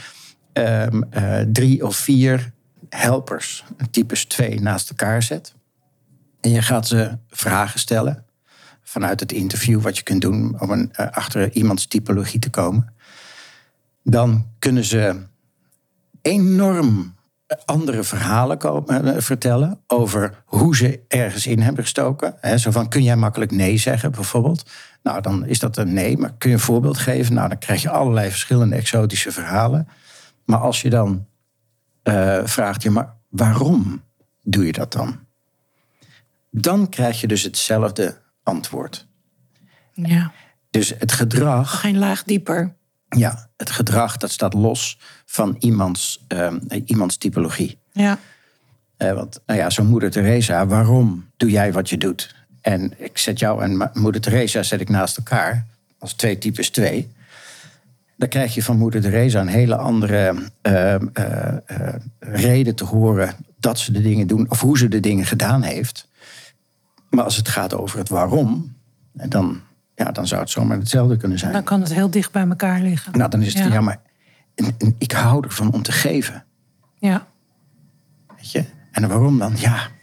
3 of 4 helpers, types 2, naast elkaar zet. En je gaat ze vragen stellen vanuit het interview wat je kunt doen om achter iemands typologie te komen. Dan kunnen ze enorm andere verhalen vertellen over hoe ze ergens in hebben gestoken. Zo van, kun jij makkelijk nee zeggen bijvoorbeeld? Nou, dan is dat een nee, maar kun je een voorbeeld geven? Nou, dan krijg je allerlei verschillende exotische verhalen. Maar als je dan vraagt, maar waarom doe je dat dan? Dan krijg je dus hetzelfde antwoord. Ja. Dus het gedrag... Geen laag dieper. Ja, het gedrag dat staat los van iemands typologie. Ja. Want zo'n Moeder Teresa, waarom doe jij wat je doet? En ik zet jou en Moeder Teresa zet ik naast elkaar als 2 types 2. Dan krijg je van Moeder Teresa een hele andere reden te horen dat ze de dingen doen of hoe ze de dingen gedaan heeft. Maar als het gaat over het waarom, dan zou het zomaar hetzelfde kunnen zijn. Dan kan het heel dicht bij elkaar liggen. Nou, dan is het maar ik hou ervan om te geven. Ja. Weet je? En waarom dan?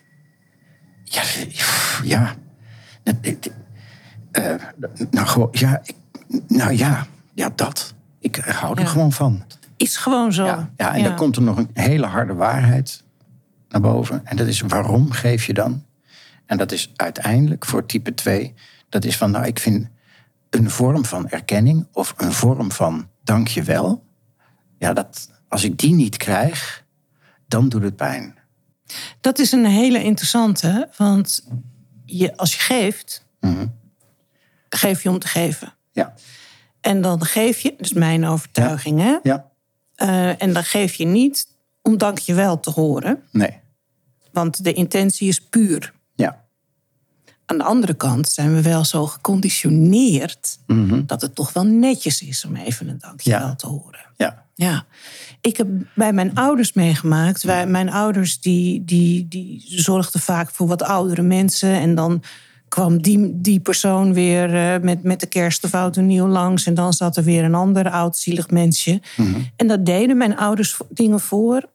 Dat. Ik hou er gewoon van. Is gewoon zo. Ja, en dan komt er nog een hele harde waarheid naar boven. En dat is, waarom geef je dan? En dat is uiteindelijk voor type 2... dat is van, ik vind een vorm van erkenning of een vorm van dankjewel. Ja, als ik die niet krijg, dan doet het pijn. Dat is een hele interessante, want als je geeft, geef je om te geven. Ja. En dan geef je, dat is mijn overtuiging, hè? Ja. En dan geef je niet om dankjewel te horen. Nee. Want de intentie is puur. Ja. Aan de andere kant zijn we wel zo geconditioneerd dat het toch wel netjes is om even een dankjewel te horen. Ja. Ja. Ik heb bij mijn ouders meegemaakt. Mijn ouders die zorgden vaak voor wat oudere mensen. En dan kwam die persoon weer met de kerst of oud en nieuw langs. En dan zat er weer een ander oud zielig mensje. Mm-hmm. En dat deden mijn ouders dingen voor.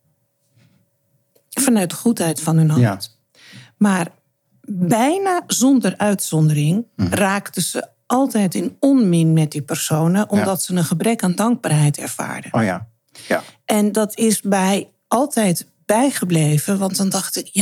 Vanuit de goedheid van hun hart. Ja. Maar bijna zonder uitzondering raakten ze altijd in onmin met die personen, omdat ze een gebrek aan dankbaarheid ervaarden. Oh ja. Ja. En dat is mij altijd bijgebleven, want dan dacht ik,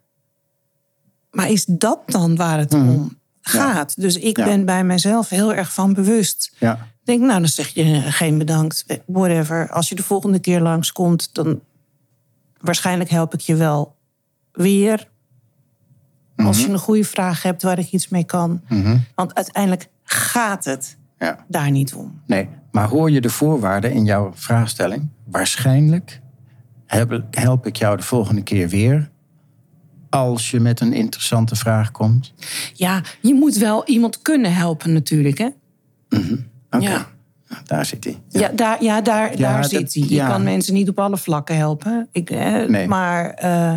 maar is dat dan waar het om gaat? Ja. Dus ik ben bij mezelf heel erg van bewust. Ja. Ik denk, nou, dan zeg je geen bedankt, whatever. Als je de volgende keer langskomt, dan waarschijnlijk help ik je wel weer. Als je een goede vraag hebt waar ik iets mee kan. Mm-hmm. Want uiteindelijk gaat het daar niet om. Nee, maar hoor je de voorwaarden in jouw vraagstelling? Waarschijnlijk help ik jou de volgende keer weer. Als je met een interessante vraag komt. Ja, je moet wel iemand kunnen helpen natuurlijk, hè? Mm-hmm. Oké. Ja. Daar zit hij. Ja, daar zit hij. Je kan mensen niet op alle vlakken helpen. Nee. Maar...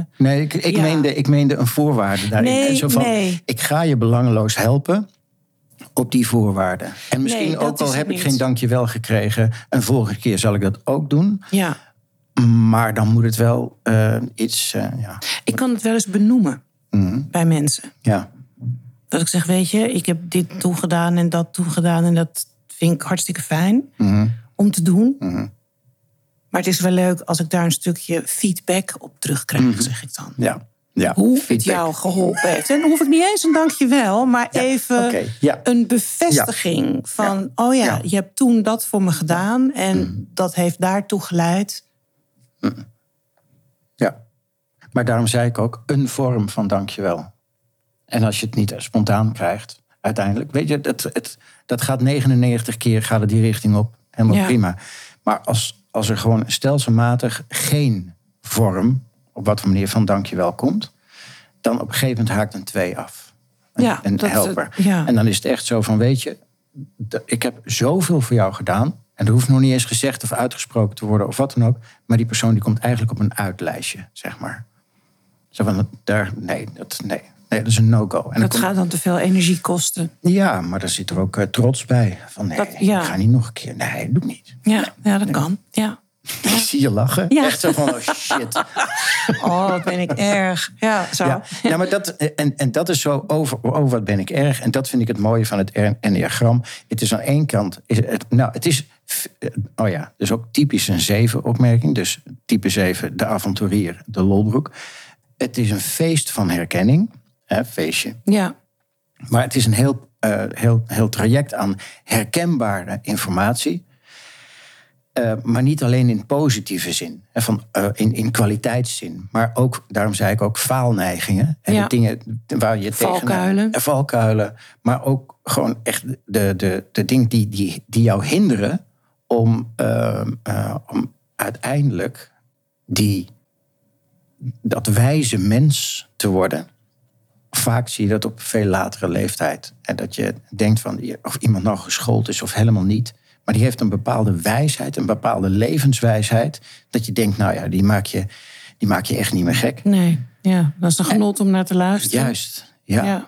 ik meende een voorwaarde daarin. Ik ga je belangeloos helpen op die voorwaarden. En misschien ook al heb ik geen dankjewel gekregen, een volgende keer zal ik dat ook doen. Ja. Maar dan moet het wel iets... Ik kan het wel eens benoemen bij mensen. Ja. Dat ik zeg, weet je, ik heb dit toegedaan en dat toegedaan en dat vind ik hartstikke fijn om te doen. Mm-hmm. Maar het is wel leuk als ik daar een stukje feedback op terugkrijg, zeg ik dan. Ja. Hoe het jou geholpen heeft. En dan hoef ik niet eens een dankjewel, maar even een bevestiging van... je hebt toen dat voor me gedaan en dat heeft daartoe geleid. Ja, maar daarom zei ik ook een vorm van dankjewel. En als je het niet spontaan krijgt, uiteindelijk... Weet je, dat gaat 99 keer gaat het die richting op. Helemaal prima. Maar als er gewoon stelselmatig geen vorm... op wat voor manier van dankjewel komt... dan op een gegeven moment haakt een 2 af. Een helper. En dan is het echt zo van, weet je... ik heb zoveel voor jou gedaan... en er hoeft nog niet eens gezegd of uitgesproken te worden... of wat dan ook. Maar die persoon die komt eigenlijk op een uitlijstje, zeg maar. Zo van, dat is een no-go. En dat gaat dan te veel energie kosten. Ja, maar daar zit er ook trots bij. Van ik ga niet nog een keer. Nee, doe niet. Ja, dat kan. Ja. Ik zie je lachen. Ja. Echt zo van, oh shit. Oh, wat ben ik erg. Ja, zo. Ja, maar dat is zo over wat ben ik erg. En dat vind ik het mooie van het enneagram. Het is aan één kant... het is dus ook typisch een 7-opmerking. Dus type 7, de avonturier, de lolbroek. Het is een feest van herkenning. Feestje. Ja. Maar het is een heel traject aan herkenbare informatie. Maar niet alleen in positieve zin. In kwaliteitszin. Maar ook, daarom zei ik ook, faalneigingen. En de dingen waar je valkuilen. Valkuilen. Maar ook gewoon echt de dingen die jou hinderen... om uiteindelijk dat wijze mens te worden... Vaak zie je dat op veel latere leeftijd. En dat je denkt van of iemand nou geschoold is of helemaal niet. Maar die heeft een bepaalde wijsheid, een bepaalde levenswijsheid. Dat je denkt, die maak je echt niet meer gek. Nee, dat is een genot om naar te luisteren. Juist, ja.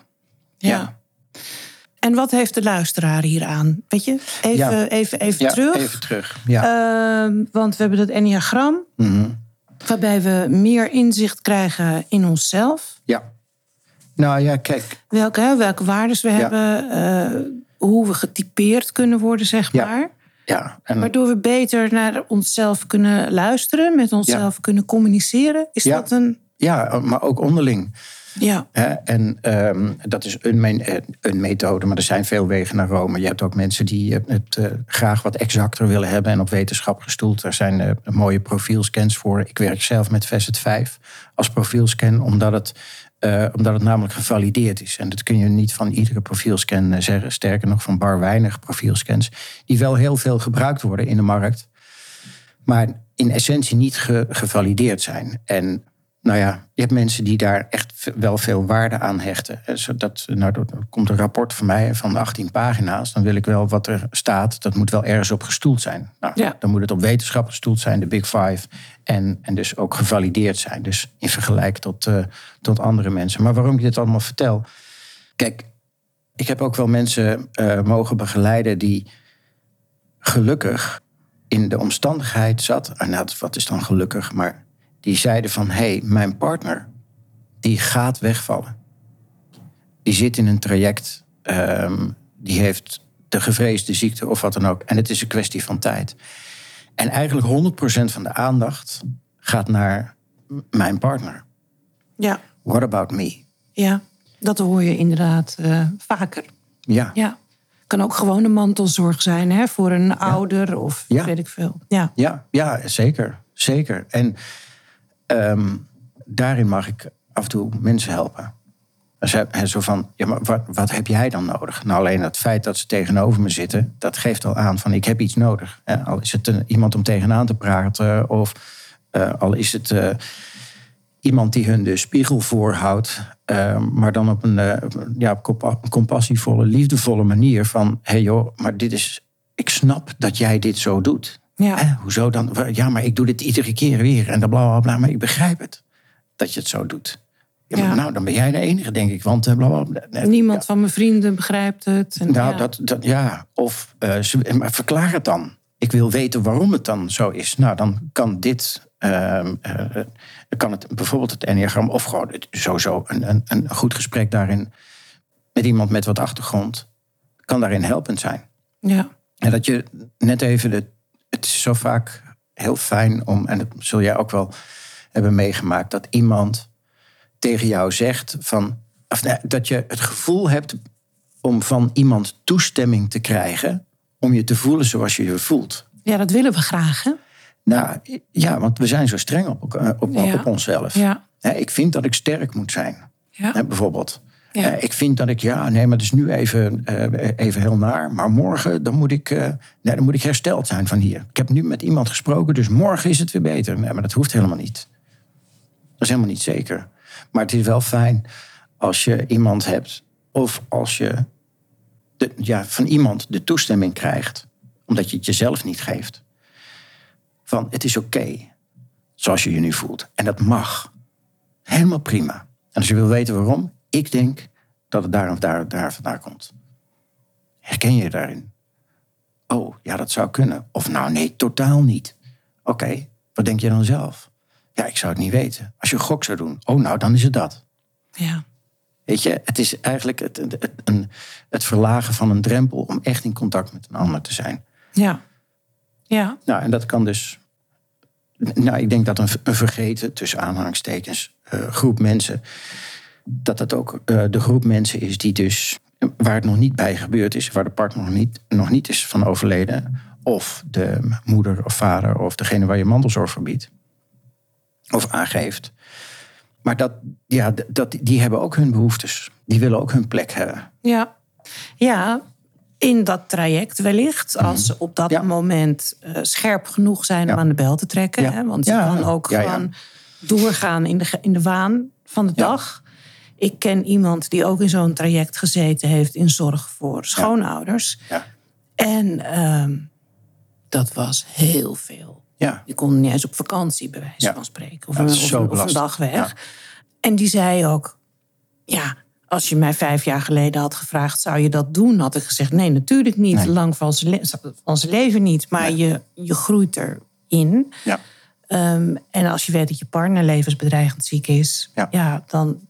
En wat heeft de luisteraar hier aan? Weet je, even terug. Even terug, ja. Want we hebben dat enneagram. Mm-hmm. Waarbij we meer inzicht krijgen in onszelf. Ja. Nou ja, kijk. Welke waardes we hebben, hoe we getypeerd kunnen worden, zeg maar. Ja. Waardoor we beter naar onszelf kunnen luisteren, met onszelf kunnen communiceren. Is dat een... Ja, maar ook onderling. Ja. En dat is een methode, maar er zijn veel wegen naar Rome. Je hebt ook mensen die het graag wat exacter willen hebben en op wetenschap gestoeld. Er zijn mooie profielscans voor. Ik werk zelf met Facet 5 als profielscan, omdat het namelijk gevalideerd is. En dat kun je niet van iedere profielscan zeggen. Sterker nog, van bar weinig profielscans. Die wel heel veel gebruikt worden in de markt. Maar in essentie niet gevalideerd zijn. En Nou ja, je hebt mensen die daar echt wel veel waarde aan hechten. Er komt een rapport van mij van 18 pagina's. Dan wil ik wel wat er staat, dat moet wel ergens op gestoeld zijn. Nou, dan moet het op wetenschap gestoeld zijn, de Big Five. En dus ook gevalideerd zijn. Dus in vergelijk tot andere mensen. Maar waarom ik dit allemaal vertel? Kijk, ik heb ook wel mensen mogen begeleiden die gelukkig in de omstandigheid zat. Nou, wat is dan gelukkig? Maar die zeiden van, mijn partner, die gaat wegvallen. Die zit in een traject, die heeft de gevreesde ziekte of wat dan ook. En het is een kwestie van tijd. En eigenlijk 100% van de aandacht gaat naar mijn partner. Ja. What about me? Ja, dat hoor je inderdaad vaker. Ja. Kan ook gewoon een mantelzorg zijn, hè, voor een ouder of weet ik veel. Ja, zeker. En daarin mag ik af en toe mensen helpen. Zo van, maar wat heb jij dan nodig? Nou, alleen het feit dat ze tegenover me zitten, dat geeft al aan van, ik heb iets nodig. Al is het iemand om tegenaan te praten, of al is het iemand die hun de spiegel voorhoudt, maar dan op een compassievolle, liefdevolle manier van, maar ik snap dat jij dit zo doet. Ja. Hoezo dan? Ja, maar ik doe dit iedere keer weer en dan bla bla bla, maar ik begrijp het dat je het zo doet. Ja, maar nou, dan ben jij de enige, denk ik, want bla bla bla. Niemand van mijn vrienden begrijpt het. En, Of maar verklaar het dan. Ik wil weten waarom het dan zo is. Nou, dan kan kan het bijvoorbeeld het enneagram, of gewoon sowieso een goed gesprek daarin met iemand met wat achtergrond, kan daarin helpend zijn. Ja. En dat je net even, het is zo vaak heel fijn om, en dat zul jij ook wel hebben meegemaakt, dat iemand tegen jou zegt dat je het gevoel hebt om van iemand toestemming te krijgen om je te voelen zoals je je voelt. Ja, dat willen we graag, hè? Nou, ja, want we zijn zo streng op onszelf. Ja. Ik vind dat ik sterk moet zijn, bijvoorbeeld. Ja. Ik vind dat ik, maar het is nu even heel naar. Maar morgen, dan moet ik hersteld zijn van hier. Ik heb nu met iemand gesproken, dus morgen is het weer beter. Nee, maar dat hoeft helemaal niet. Dat is helemaal niet zeker. Maar het is wel fijn als je iemand hebt, of als je van iemand de toestemming krijgt, omdat je het jezelf niet geeft. Van, het is oké, zoals je je nu voelt. En dat mag. Helemaal prima. En als je wil weten waarom, ik denk dat het daar of daar vandaan komt. Herken je je daarin? Oh, ja, dat zou kunnen. Of nou, nee, totaal niet. Oké, wat denk je dan zelf? Ja, ik zou het niet weten. Als je een gok zou doen, oh, nou, dan is het dat. Ja. Weet je, het is eigenlijk het verlagen van een drempel om echt in contact met een ander te zijn. Ja. Ja. Nou, en dat kan dus. Nou, ik denk dat een vergeten, tussen aanhalingstekens, groep mensen, dat dat ook de groep mensen is die dus, waar het nog niet bij gebeurd is, waar de partner nog niet is van overleden, of de moeder of vader of degene waar je mantelzorg voor biedt of aangeeft. Maar die hebben ook hun behoeftes. Die willen ook hun plek hebben. Ja, in dat traject wellicht. Als ze op dat moment scherp genoeg zijn om aan de bel te trekken. Ja. Hè? Want je kan ook gewoon doorgaan in de waan van de dag. Ik ken iemand die ook in zo'n traject gezeten heeft in zorg voor schoonouders. Ja. En dat was heel veel. Ja. Die kon niet eens op vakantie, bij wijze van spreken. Of een dag weg. Ja. En die zei ook, als je mij 5 jaar geleden had gevraagd, zou je dat doen? Had ik gezegd, nee, natuurlijk niet. Nee. Lang van zijn leven niet. Maar je groeit erin. Ja. En als je weet dat je partner levensbedreigend ziek is, dan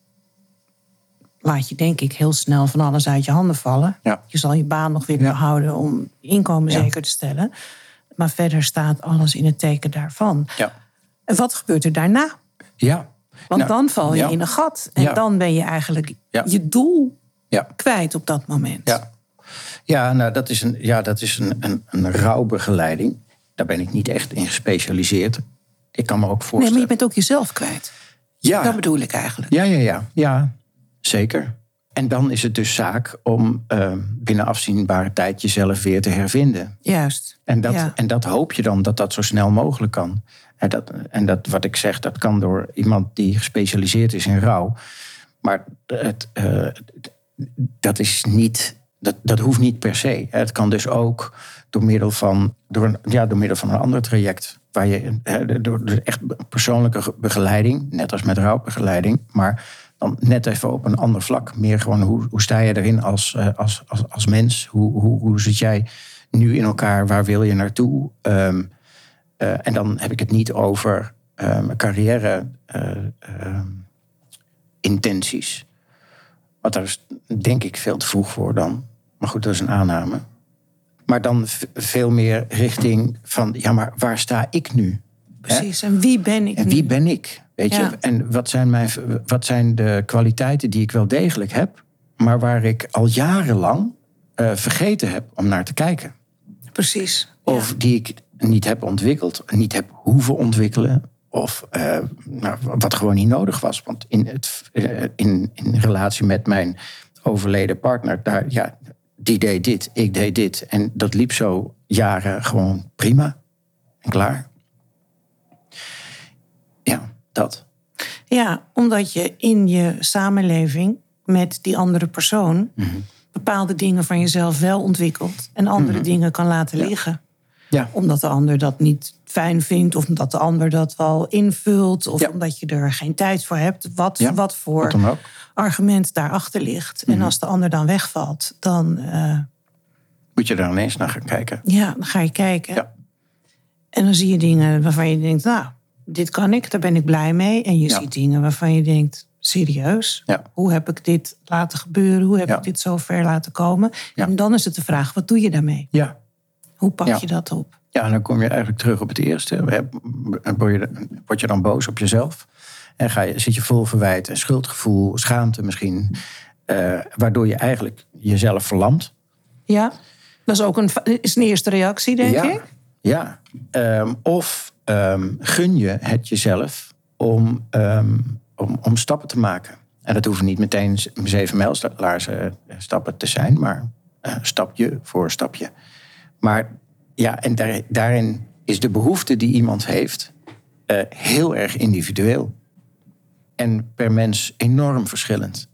laat je denk ik heel snel van alles uit je handen vallen. Ja. Je zal je baan nog weer behouden om je inkomen zeker te stellen. Maar verder staat alles in het teken daarvan. Ja. En wat gebeurt er daarna? Ja. Want dan val je in een gat. En dan ben je eigenlijk je doel kwijt op dat moment. Ja, nou, dat is een rouwbegeleiding. Daar ben ik niet echt in gespecialiseerd. Ik kan me ook voorstellen. Nee, maar je bent ook jezelf kwijt. Ja. Dat bedoel ik eigenlijk. Ja, zeker. En dan is het dus zaak om binnen afzienbare tijd jezelf weer te hervinden. Juist. En dat hoop je dan dat zo snel mogelijk kan. En dat wat ik zeg, dat kan door iemand die gespecialiseerd is in rouw. Maar dat is niet, dat hoeft niet per se. Het kan dus ook door middel van een ander traject. Waar je door echt persoonlijke begeleiding, net als met rouwbegeleiding, maar dan net even op een ander vlak. Meer gewoon hoe sta je erin als mens? Hoe zit jij nu in elkaar? Waar wil je naartoe? En dan heb ik het niet over carrière intenties. Want daar is denk ik veel te vroeg voor dan. Maar goed, dat is een aanname. Maar dan veel meer richting van, ja, maar waar sta ik nu? Precies, en wie ben ik nu? En wie ben ik? Weet je? En wat zijn de kwaliteiten die ik wel degelijk heb, maar waar ik al jarenlang vergeten heb om naar te kijken? Precies. Of die ik niet heb ontwikkeld, niet heb hoeven ontwikkelen. Of wat gewoon niet nodig was. Want in relatie met mijn overleden partner, die deed dit, ik deed dit. En dat liep zo jaren gewoon prima en klaar. Ja, dat. Ja, omdat je in je samenleving met die andere persoon bepaalde dingen van jezelf wel ontwikkelt en andere dingen kan laten liggen. Ja. Omdat de ander dat niet fijn vindt, of omdat de ander dat wel invult, of omdat je er geen tijd voor hebt. Wat voor argument daarachter ligt. En als de ander dan wegvalt, dan moet je daar ineens naar gaan kijken. Ja, dan ga je kijken. Ja. En dan zie je dingen waarvan je denkt, nou, dit kan ik, daar ben ik blij mee. En je ziet dingen waarvan je denkt, serieus? Ja. Hoe heb ik dit laten gebeuren? Hoe heb ik dit zo ver laten komen? Ja. En dan is het de vraag, wat doe je daarmee? Ja. Hoe pak je dat op? Ja, en dan kom je eigenlijk terug op het eerste. Word je dan boos op jezelf? En zit je vol verwijt en schuldgevoel, schaamte misschien, waardoor je eigenlijk jezelf verlamt. Ja, dat is ook een eerste reactie, denk ik. Ja, of gun je het jezelf om stappen te maken. En dat hoeven niet meteen 7 mijlslaarzen stappen te zijn, maar stapje voor stapje. Maar ja, en daarin is de behoefte die iemand heeft heel erg individueel. En per mens enorm verschillend.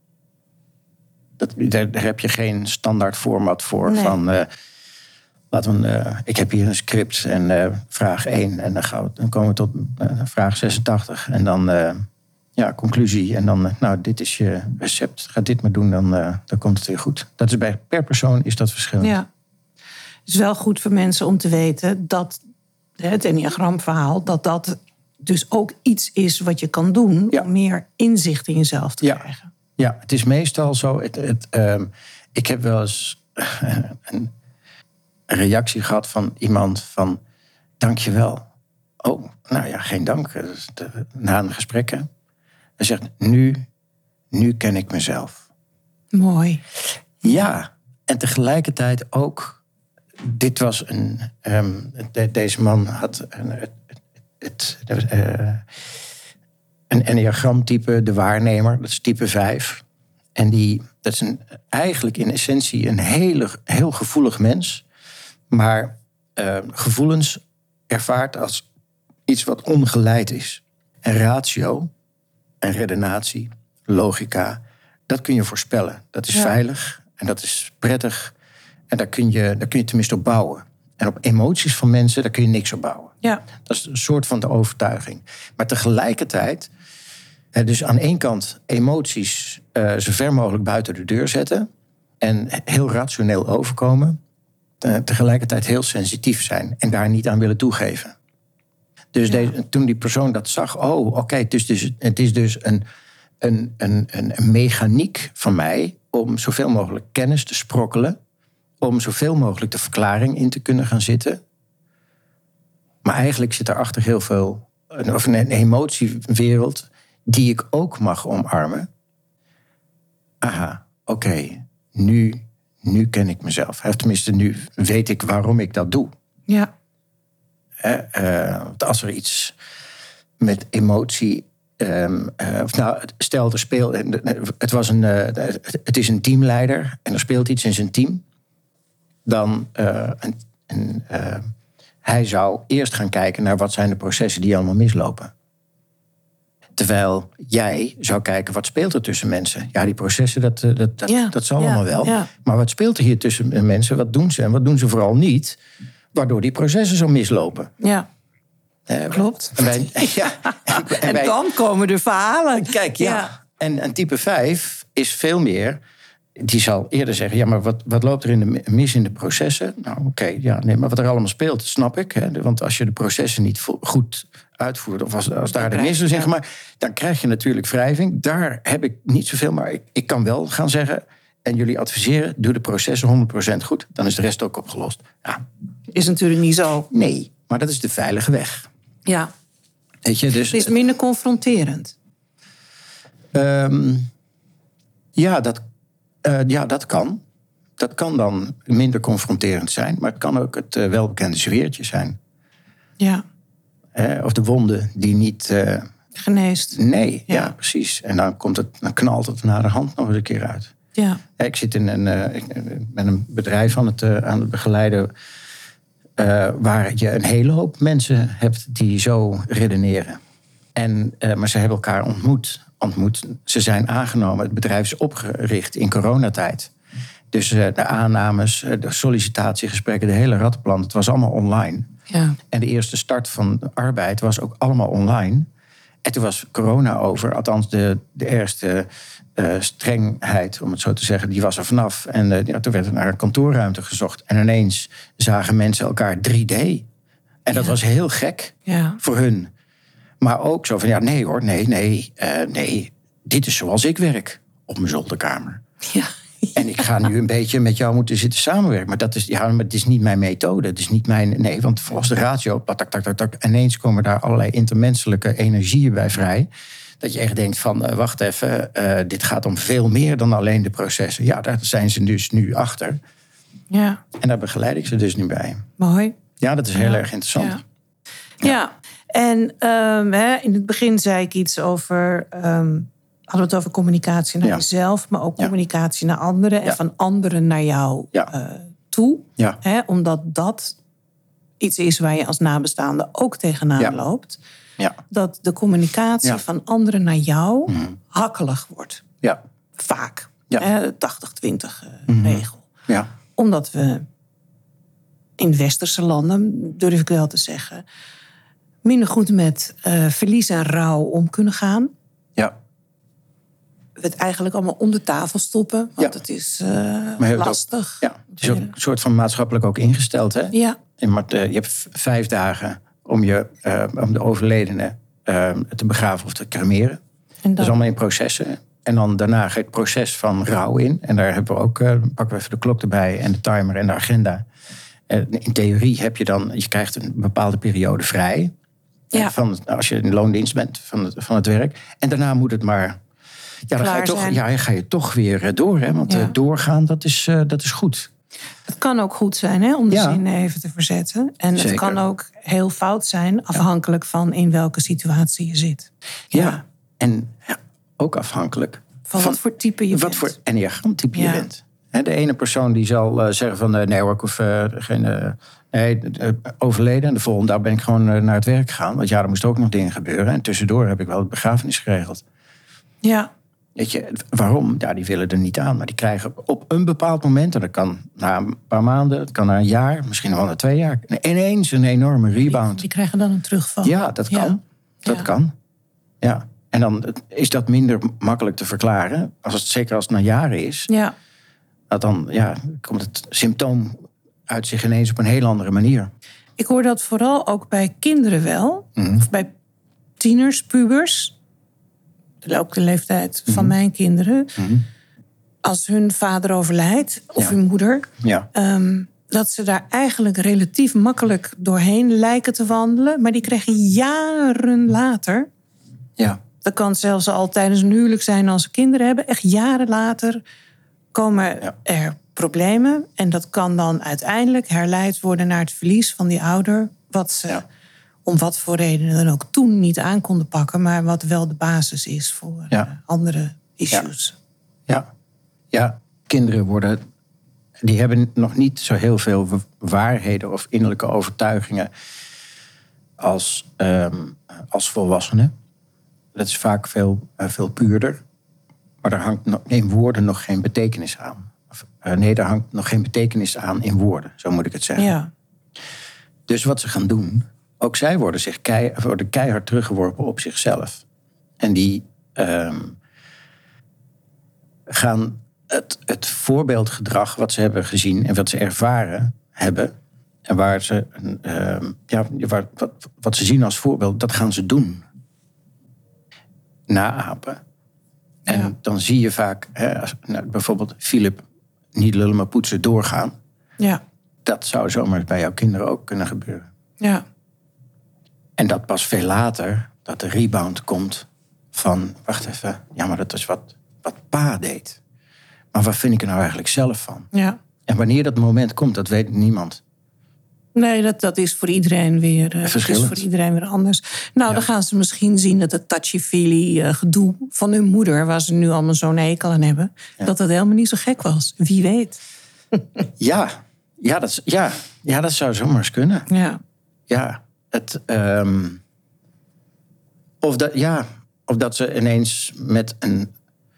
Daar heb je geen standaard format voor. Nee. Van, ik heb hier een script en vraag 1. En dan komen we tot vraag 86. En dan conclusie. En dan, dit is je recept. Ga dit maar doen, dan komt het weer goed. Dat is per persoon is dat verschillend. Ja. Het is wel goed voor mensen om te weten dat het Enneagramverhaal, dat dus ook iets is wat je kan doen om meer inzicht in jezelf te krijgen. Ja, het is meestal zo. Ik heb wel eens een reactie gehad van iemand van, dank je wel. Oh, nou ja, geen dank. Na een gesprek. Hij zegt, nu ken ik mezelf. Mooi. Ja, en tegelijkertijd ook, dit was deze man had een enneagramtype, de waarnemer, dat is type 5. En dat is eigenlijk in essentie een heel gevoelig mens. Maar gevoelens ervaart als iets wat ongeleid is. En ratio en redenatie, logica, dat kun je voorspellen. Dat is veilig en dat is prettig. En daar kun je tenminste op bouwen. En op emoties van mensen, daar kun je niks op bouwen. Ja. Dat is een soort van de overtuiging. Maar tegelijkertijd, dus aan één kant emoties zo ver mogelijk buiten de deur zetten. En heel rationeel overkomen. Tegelijkertijd heel sensitief zijn. En daar niet aan willen toegeven. Dus toen die persoon dat zag, het is dus een mechaniek van mij om zoveel mogelijk kennis te sprokkelen. Om zoveel mogelijk de verklaring in te kunnen gaan zitten. Maar eigenlijk zit daarachter heel veel, of een emotiewereld die ik ook mag omarmen. Aha, oké, nu ken ik mezelf. Tenminste, nu weet ik waarom ik dat doe. Ja. Als er iets met emotie stel, het is een teamleider en er speelt iets in zijn team. Dan hij zou eerst gaan kijken naar wat zijn de processen die allemaal mislopen. Terwijl jij zou kijken, wat speelt er tussen mensen? Ja, die processen, dat zal allemaal wel. Ja. Maar wat speelt er hier tussen mensen? Wat doen ze en wat doen ze vooral niet? Waardoor die processen zo mislopen. Ja, klopt. En dan komen de verhalen. Kijk, ja. En type 5 is veel meer... Die zal eerder zeggen, ja, maar wat loopt er mis in de processen? Nou, oké, maar wat er allemaal speelt, snap ik. Hè? Want als je de processen niet goed uitvoert... of als daar de mis is, zeg maar... dan krijg je natuurlijk wrijving. Daar heb ik niet zoveel, maar ik kan wel gaan zeggen... en jullie adviseren, doe de processen 100% goed. Dan is de rest ook opgelost. Ja. Is natuurlijk niet zo. Nee, maar dat is de veilige weg. Ja. Weet je, dus, het is minder confronterend. Dat kan. Dat kan dan minder confronterend zijn. Maar het kan ook het welbekende zweertje zijn. Ja. Of de wonde die niet... geneest. Nee, ja, precies. En dan knalt het na de hand nog eens een keer uit. Ja. Ik zit ik ben een bedrijf aan het begeleiden... waar je een hele hoop mensen hebt die zo redeneren. Maar ze hebben elkaar ontmoet. Ze zijn aangenomen. Het bedrijf is opgericht in coronatijd. Dus de aannames, de sollicitatiegesprekken, de hele rattenplan... het was allemaal online. Ja. En de eerste start van de arbeid was ook allemaal online. En toen was corona over. Althans, de ergste strengheid, om het zo te zeggen, die was er vanaf. En toen werd er naar een kantoorruimte gezocht. En ineens zagen mensen elkaar 3D. En dat was heel gek voor hun. Maar ook zo van, nee hoor, nee. Dit is zoals ik werk op mijn zolderkamer. Ja. En ik ga nu een beetje met jou moeten zitten samenwerken. Maar het is niet mijn methode. Het is niet mijn... Nee, want volgens de ratio... Tak, ineens komen daar allerlei intermenselijke energieën bij vrij. Dat je echt denkt van, wacht even... dit gaat om veel meer dan alleen de processen. Ja, daar zijn ze dus nu achter. Ja. En daar begeleid ik ze dus nu bij. Mooi. Ja, dat is heel erg interessant. Ja. En in het begin zei ik iets over... hadden we het over communicatie naar jezelf... maar ook communicatie naar anderen... en van anderen naar jou toe. Ja. Omdat dat iets is waar je als nabestaande ook tegenaan loopt. Ja. Dat de communicatie van anderen naar jou hakkelig wordt. Ja. Vaak. Ja. De 80-20 regel. Ja. Omdat we in westerse landen, durf ik wel te zeggen... minder goed met verlies en rouw om kunnen gaan. Ja. We het eigenlijk allemaal onder tafel stoppen. Want het is lastig. Het is ook een soort van maatschappelijk ook ingesteld. Hè? Ja. Je hebt 5 dagen om de overledene te begraven of te cremeren. Dat is allemaal in processen. En dan daarna ga je het proces van rouw in. En daar hebben we ook, pakken we even de klok erbij en de timer en de agenda. In theorie heb je krijgt een bepaalde periode vrij. Ja. Als je in loondienst bent van het werk. En daarna moet het maar... Ja, dan ga je toch weer door. Hè? Want doorgaan, dat is goed. Het kan ook goed zijn om de zin even te verzetten. En het kan ook heel fout zijn, afhankelijk van in welke situatie je zit. Ja, en ook afhankelijk van wat voor type je bent. Wat voor enneagramtype je bent. De ene persoon die zal zeggen van... nee hoor, ik hoef geen... overleden. En de volgende dag ben ik gewoon naar het werk gegaan. Want er moesten ook nog dingen gebeuren. En tussendoor heb ik wel het begrafenis geregeld. Ja. Weet je, waarom? Ja, die willen er niet aan. Maar die krijgen op een bepaald moment... en dat kan na een paar maanden, het kan na een jaar... misschien wel na 2 jaar... ineens een enorme rebound. Die krijgen dan een terugval. Ja, dat kan. Dat kan. Ja. En dan is dat minder makkelijk te verklaren. Zeker als het na jaren is. Ja. Dan komt het symptoom uit zich ineens op een heel andere manier. Ik hoor dat vooral ook bij kinderen wel. Of bij tieners, pubers... ook de leeftijd van mijn kinderen... als hun vader overlijdt, of hun moeder... dat ze daar eigenlijk relatief makkelijk doorheen lijken te wandelen... maar die krijgen jaren later... dat kan zelfs al tijdens een huwelijk zijn als ze kinderen hebben... echt jaren later komen er problemen... en dat kan dan uiteindelijk herleid worden naar het verlies van die ouder... wat ze om wat voor redenen dan ook toen niet aan konden pakken, maar wat wel de basis is voor andere issues. Ja, kinderen die hebben nog niet zo heel veel waarheden of innerlijke overtuigingen als volwassenen. Dat is vaak veel puurder. Maar er hangt in woorden nog geen betekenis aan. Er hangt nog geen betekenis aan in woorden, zo moet ik het zeggen. Ja. Dus wat ze gaan doen, ook zij worden keihard teruggeworpen op zichzelf. En die gaan het voorbeeldgedrag wat ze hebben gezien en wat ze ervaren hebben, en wat ze zien als voorbeeld, dat gaan ze doen. Naapen. En dan zie je vaak, bijvoorbeeld Philip, niet lullen maar poetsen, doorgaan. Ja. Dat zou zomaar bij jouw kinderen ook kunnen gebeuren. Ja. En dat pas veel later, dat de rebound komt van, wacht even, ja, maar dat is wat pa deed. Maar wat vind ik er nou eigenlijk zelf van? Ja. En wanneer dat moment komt, dat weet niemand. Nee, dat is voor iedereen weer anders. Nou, dan gaan ze misschien zien dat het touchy-feely gedoe van hun moeder, waar ze nu allemaal zo'n hekel aan hebben, dat helemaal niet zo gek was. Wie weet. Dat zou zomaar eens kunnen. Ja. Of dat ze ineens met een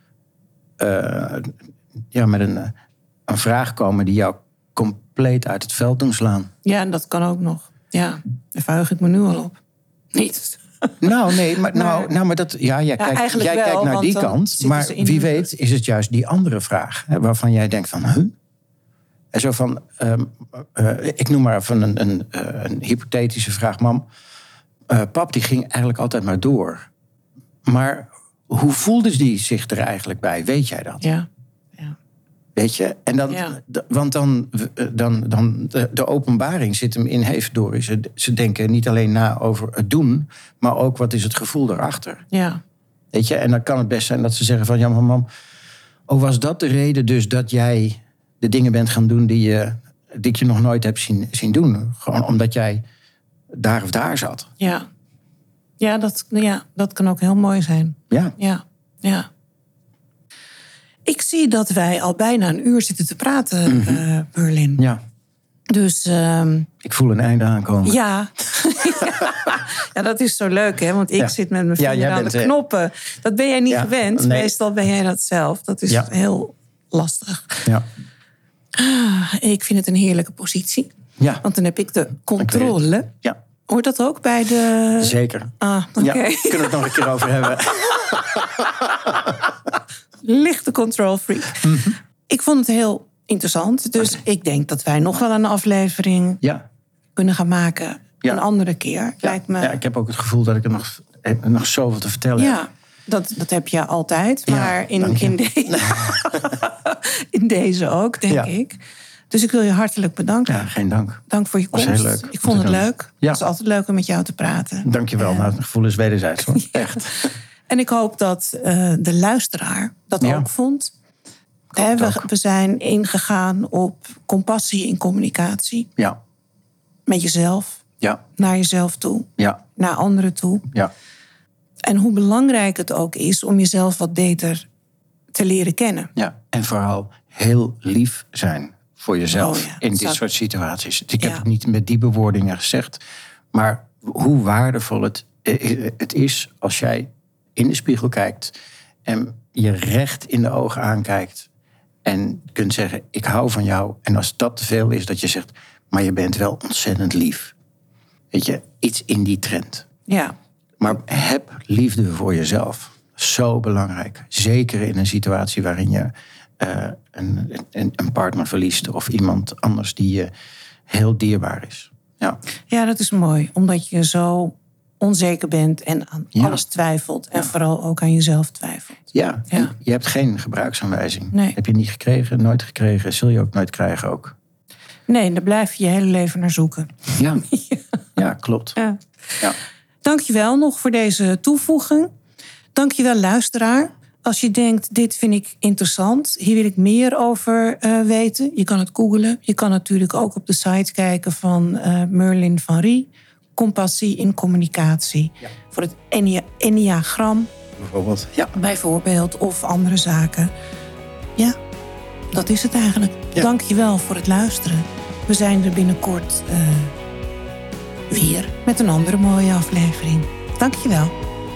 vraag komen die jou compleet uit het veld doen slaan. Ja, en dat kan ook nog. Ja, daar verheug ik me nu al op. Niet. Maar dat, jij kijkt naar die kant. Maar wie weet is het juist die andere vraag. Hè, waarvan jij denkt van, En zo van, ik noem maar van een hypothetische vraag. Mam, pap die ging eigenlijk altijd maar door. Maar hoe voelde die zich er eigenlijk bij? Weet jij dat? Ja. Weet je? En dan, want dan de openbaring zit hem in Heefdoor. Ze denken niet alleen na over het doen, maar ook wat is het gevoel erachter. Ja. Weet je? En dan kan het best zijn dat ze zeggen van, ja, maar mam, was dat de reden dus dat jij de dingen bent gaan doen die ik je nog nooit heb zien doen? Gewoon omdat jij daar of daar zat. Ja, dat kan ook heel mooi zijn. Ja. Ik zie dat wij al bijna een uur zitten te praten, Merlin. Ja. Dus, ik voel een einde aankomen. Ja. Ja, dat is zo leuk, hè? Want ik zit met mijn vinger aan de knoppen. Dat ben jij niet gewend. Nee. Meestal ben jij dat zelf. Dat is heel lastig. Ja. Ik vind het een heerlijke positie. Ja. Want dan heb ik de controle. Ja. Hoort dat ook bij de... Zeker. Oké. Ja, kunnen we het nog een keer over hebben. Lichte control freak. Mm-hmm. Ik vond het heel interessant. Dus ik denk dat wij nog wel een aflevering kunnen gaan maken. Een andere keer. Lijkt me... Ja, ik heb ook het gevoel dat ik er nog zoveel te vertellen heb. Dat heb je altijd. Maar in deze ook, denk ik. Dus ik wil je hartelijk bedanken. Ja, geen dank. Dank voor je komst. Was heel leuk. Ik vond het leuk. Het was altijd leuk om met jou te praten. Dank je wel. Het gevoel is wederzijds. Echt. En ik hoop dat de luisteraar dat ook vond. We zijn ingegaan op compassie in communicatie. Ja. Met jezelf. Ja. Naar jezelf toe. Ja. Naar anderen toe. Ja. En hoe belangrijk het ook is om jezelf wat beter te leren kennen. Ja. En vooral heel lief zijn voor jezelf in dit soort situaties. Ik heb het niet met die bewoordingen gezegd. Maar hoe waardevol het is als jij in de spiegel kijkt en je recht in de ogen aankijkt en kunt zeggen, ik hou van jou. En als dat te veel is, dat je zegt, maar je bent wel ontzettend lief. Weet je, iets in die trend. Ja. Maar heb liefde voor jezelf. Zo belangrijk. Zeker in een situatie waarin je een partner verliest of iemand anders die je heel dierbaar is. Ja, dat is mooi. Omdat je zo onzeker bent en aan alles twijfelt. En vooral ook aan jezelf twijfelt. Ja. Je hebt geen gebruiksaanwijzing. Nee. Heb je niet gekregen, nooit gekregen. Zul je ook nooit krijgen ook. Nee, daar blijf je je hele leven naar zoeken. Ja, klopt. Ja. Dankjewel nog voor deze toevoeging. Dankjewel luisteraar. Als je denkt, dit vind ik interessant, hier wil ik meer over weten. Je kan het googlen. Je kan natuurlijk ook op de site kijken van Merlin van Rie. compassie in communicatie. Ja. Voor het Enneagram. Bijvoorbeeld. Ja. Bijvoorbeeld, of andere zaken. Ja, dat is het eigenlijk. Ja. Dank je wel voor het luisteren. We zijn er binnenkort weer met een andere mooie aflevering. Dank je wel.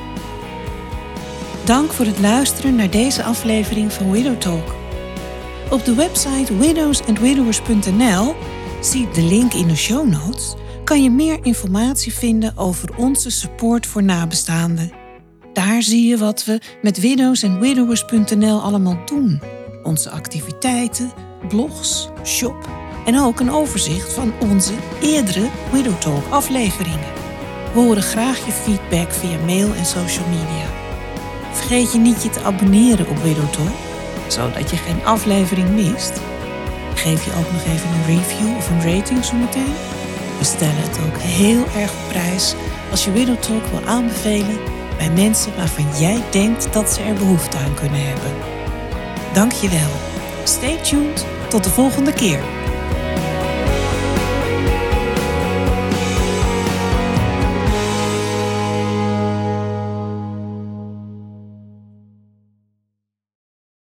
Dank voor het luisteren naar deze aflevering van Widow Talk. Op de website widowsandwidowers.nl, zie de link in de show notes, kan je meer informatie vinden over onze support voor nabestaanden. Daar zie je wat we met widowsandwidowers.nl allemaal doen. Onze activiteiten, blogs, shop en ook een overzicht van onze eerdere Widow Talk afleveringen. We horen graag je feedback via mail en social media. Vergeet je niet je te abonneren op Widow Talk, zodat je geen aflevering mist. Geef je ook nog even een review of een rating zometeen. We stellen het ook heel erg op prijs als je Widow Talk wil aanbevelen bij mensen waarvan jij denkt dat ze er behoefte aan kunnen hebben. Dank je wel. Stay tuned. Tot de volgende keer.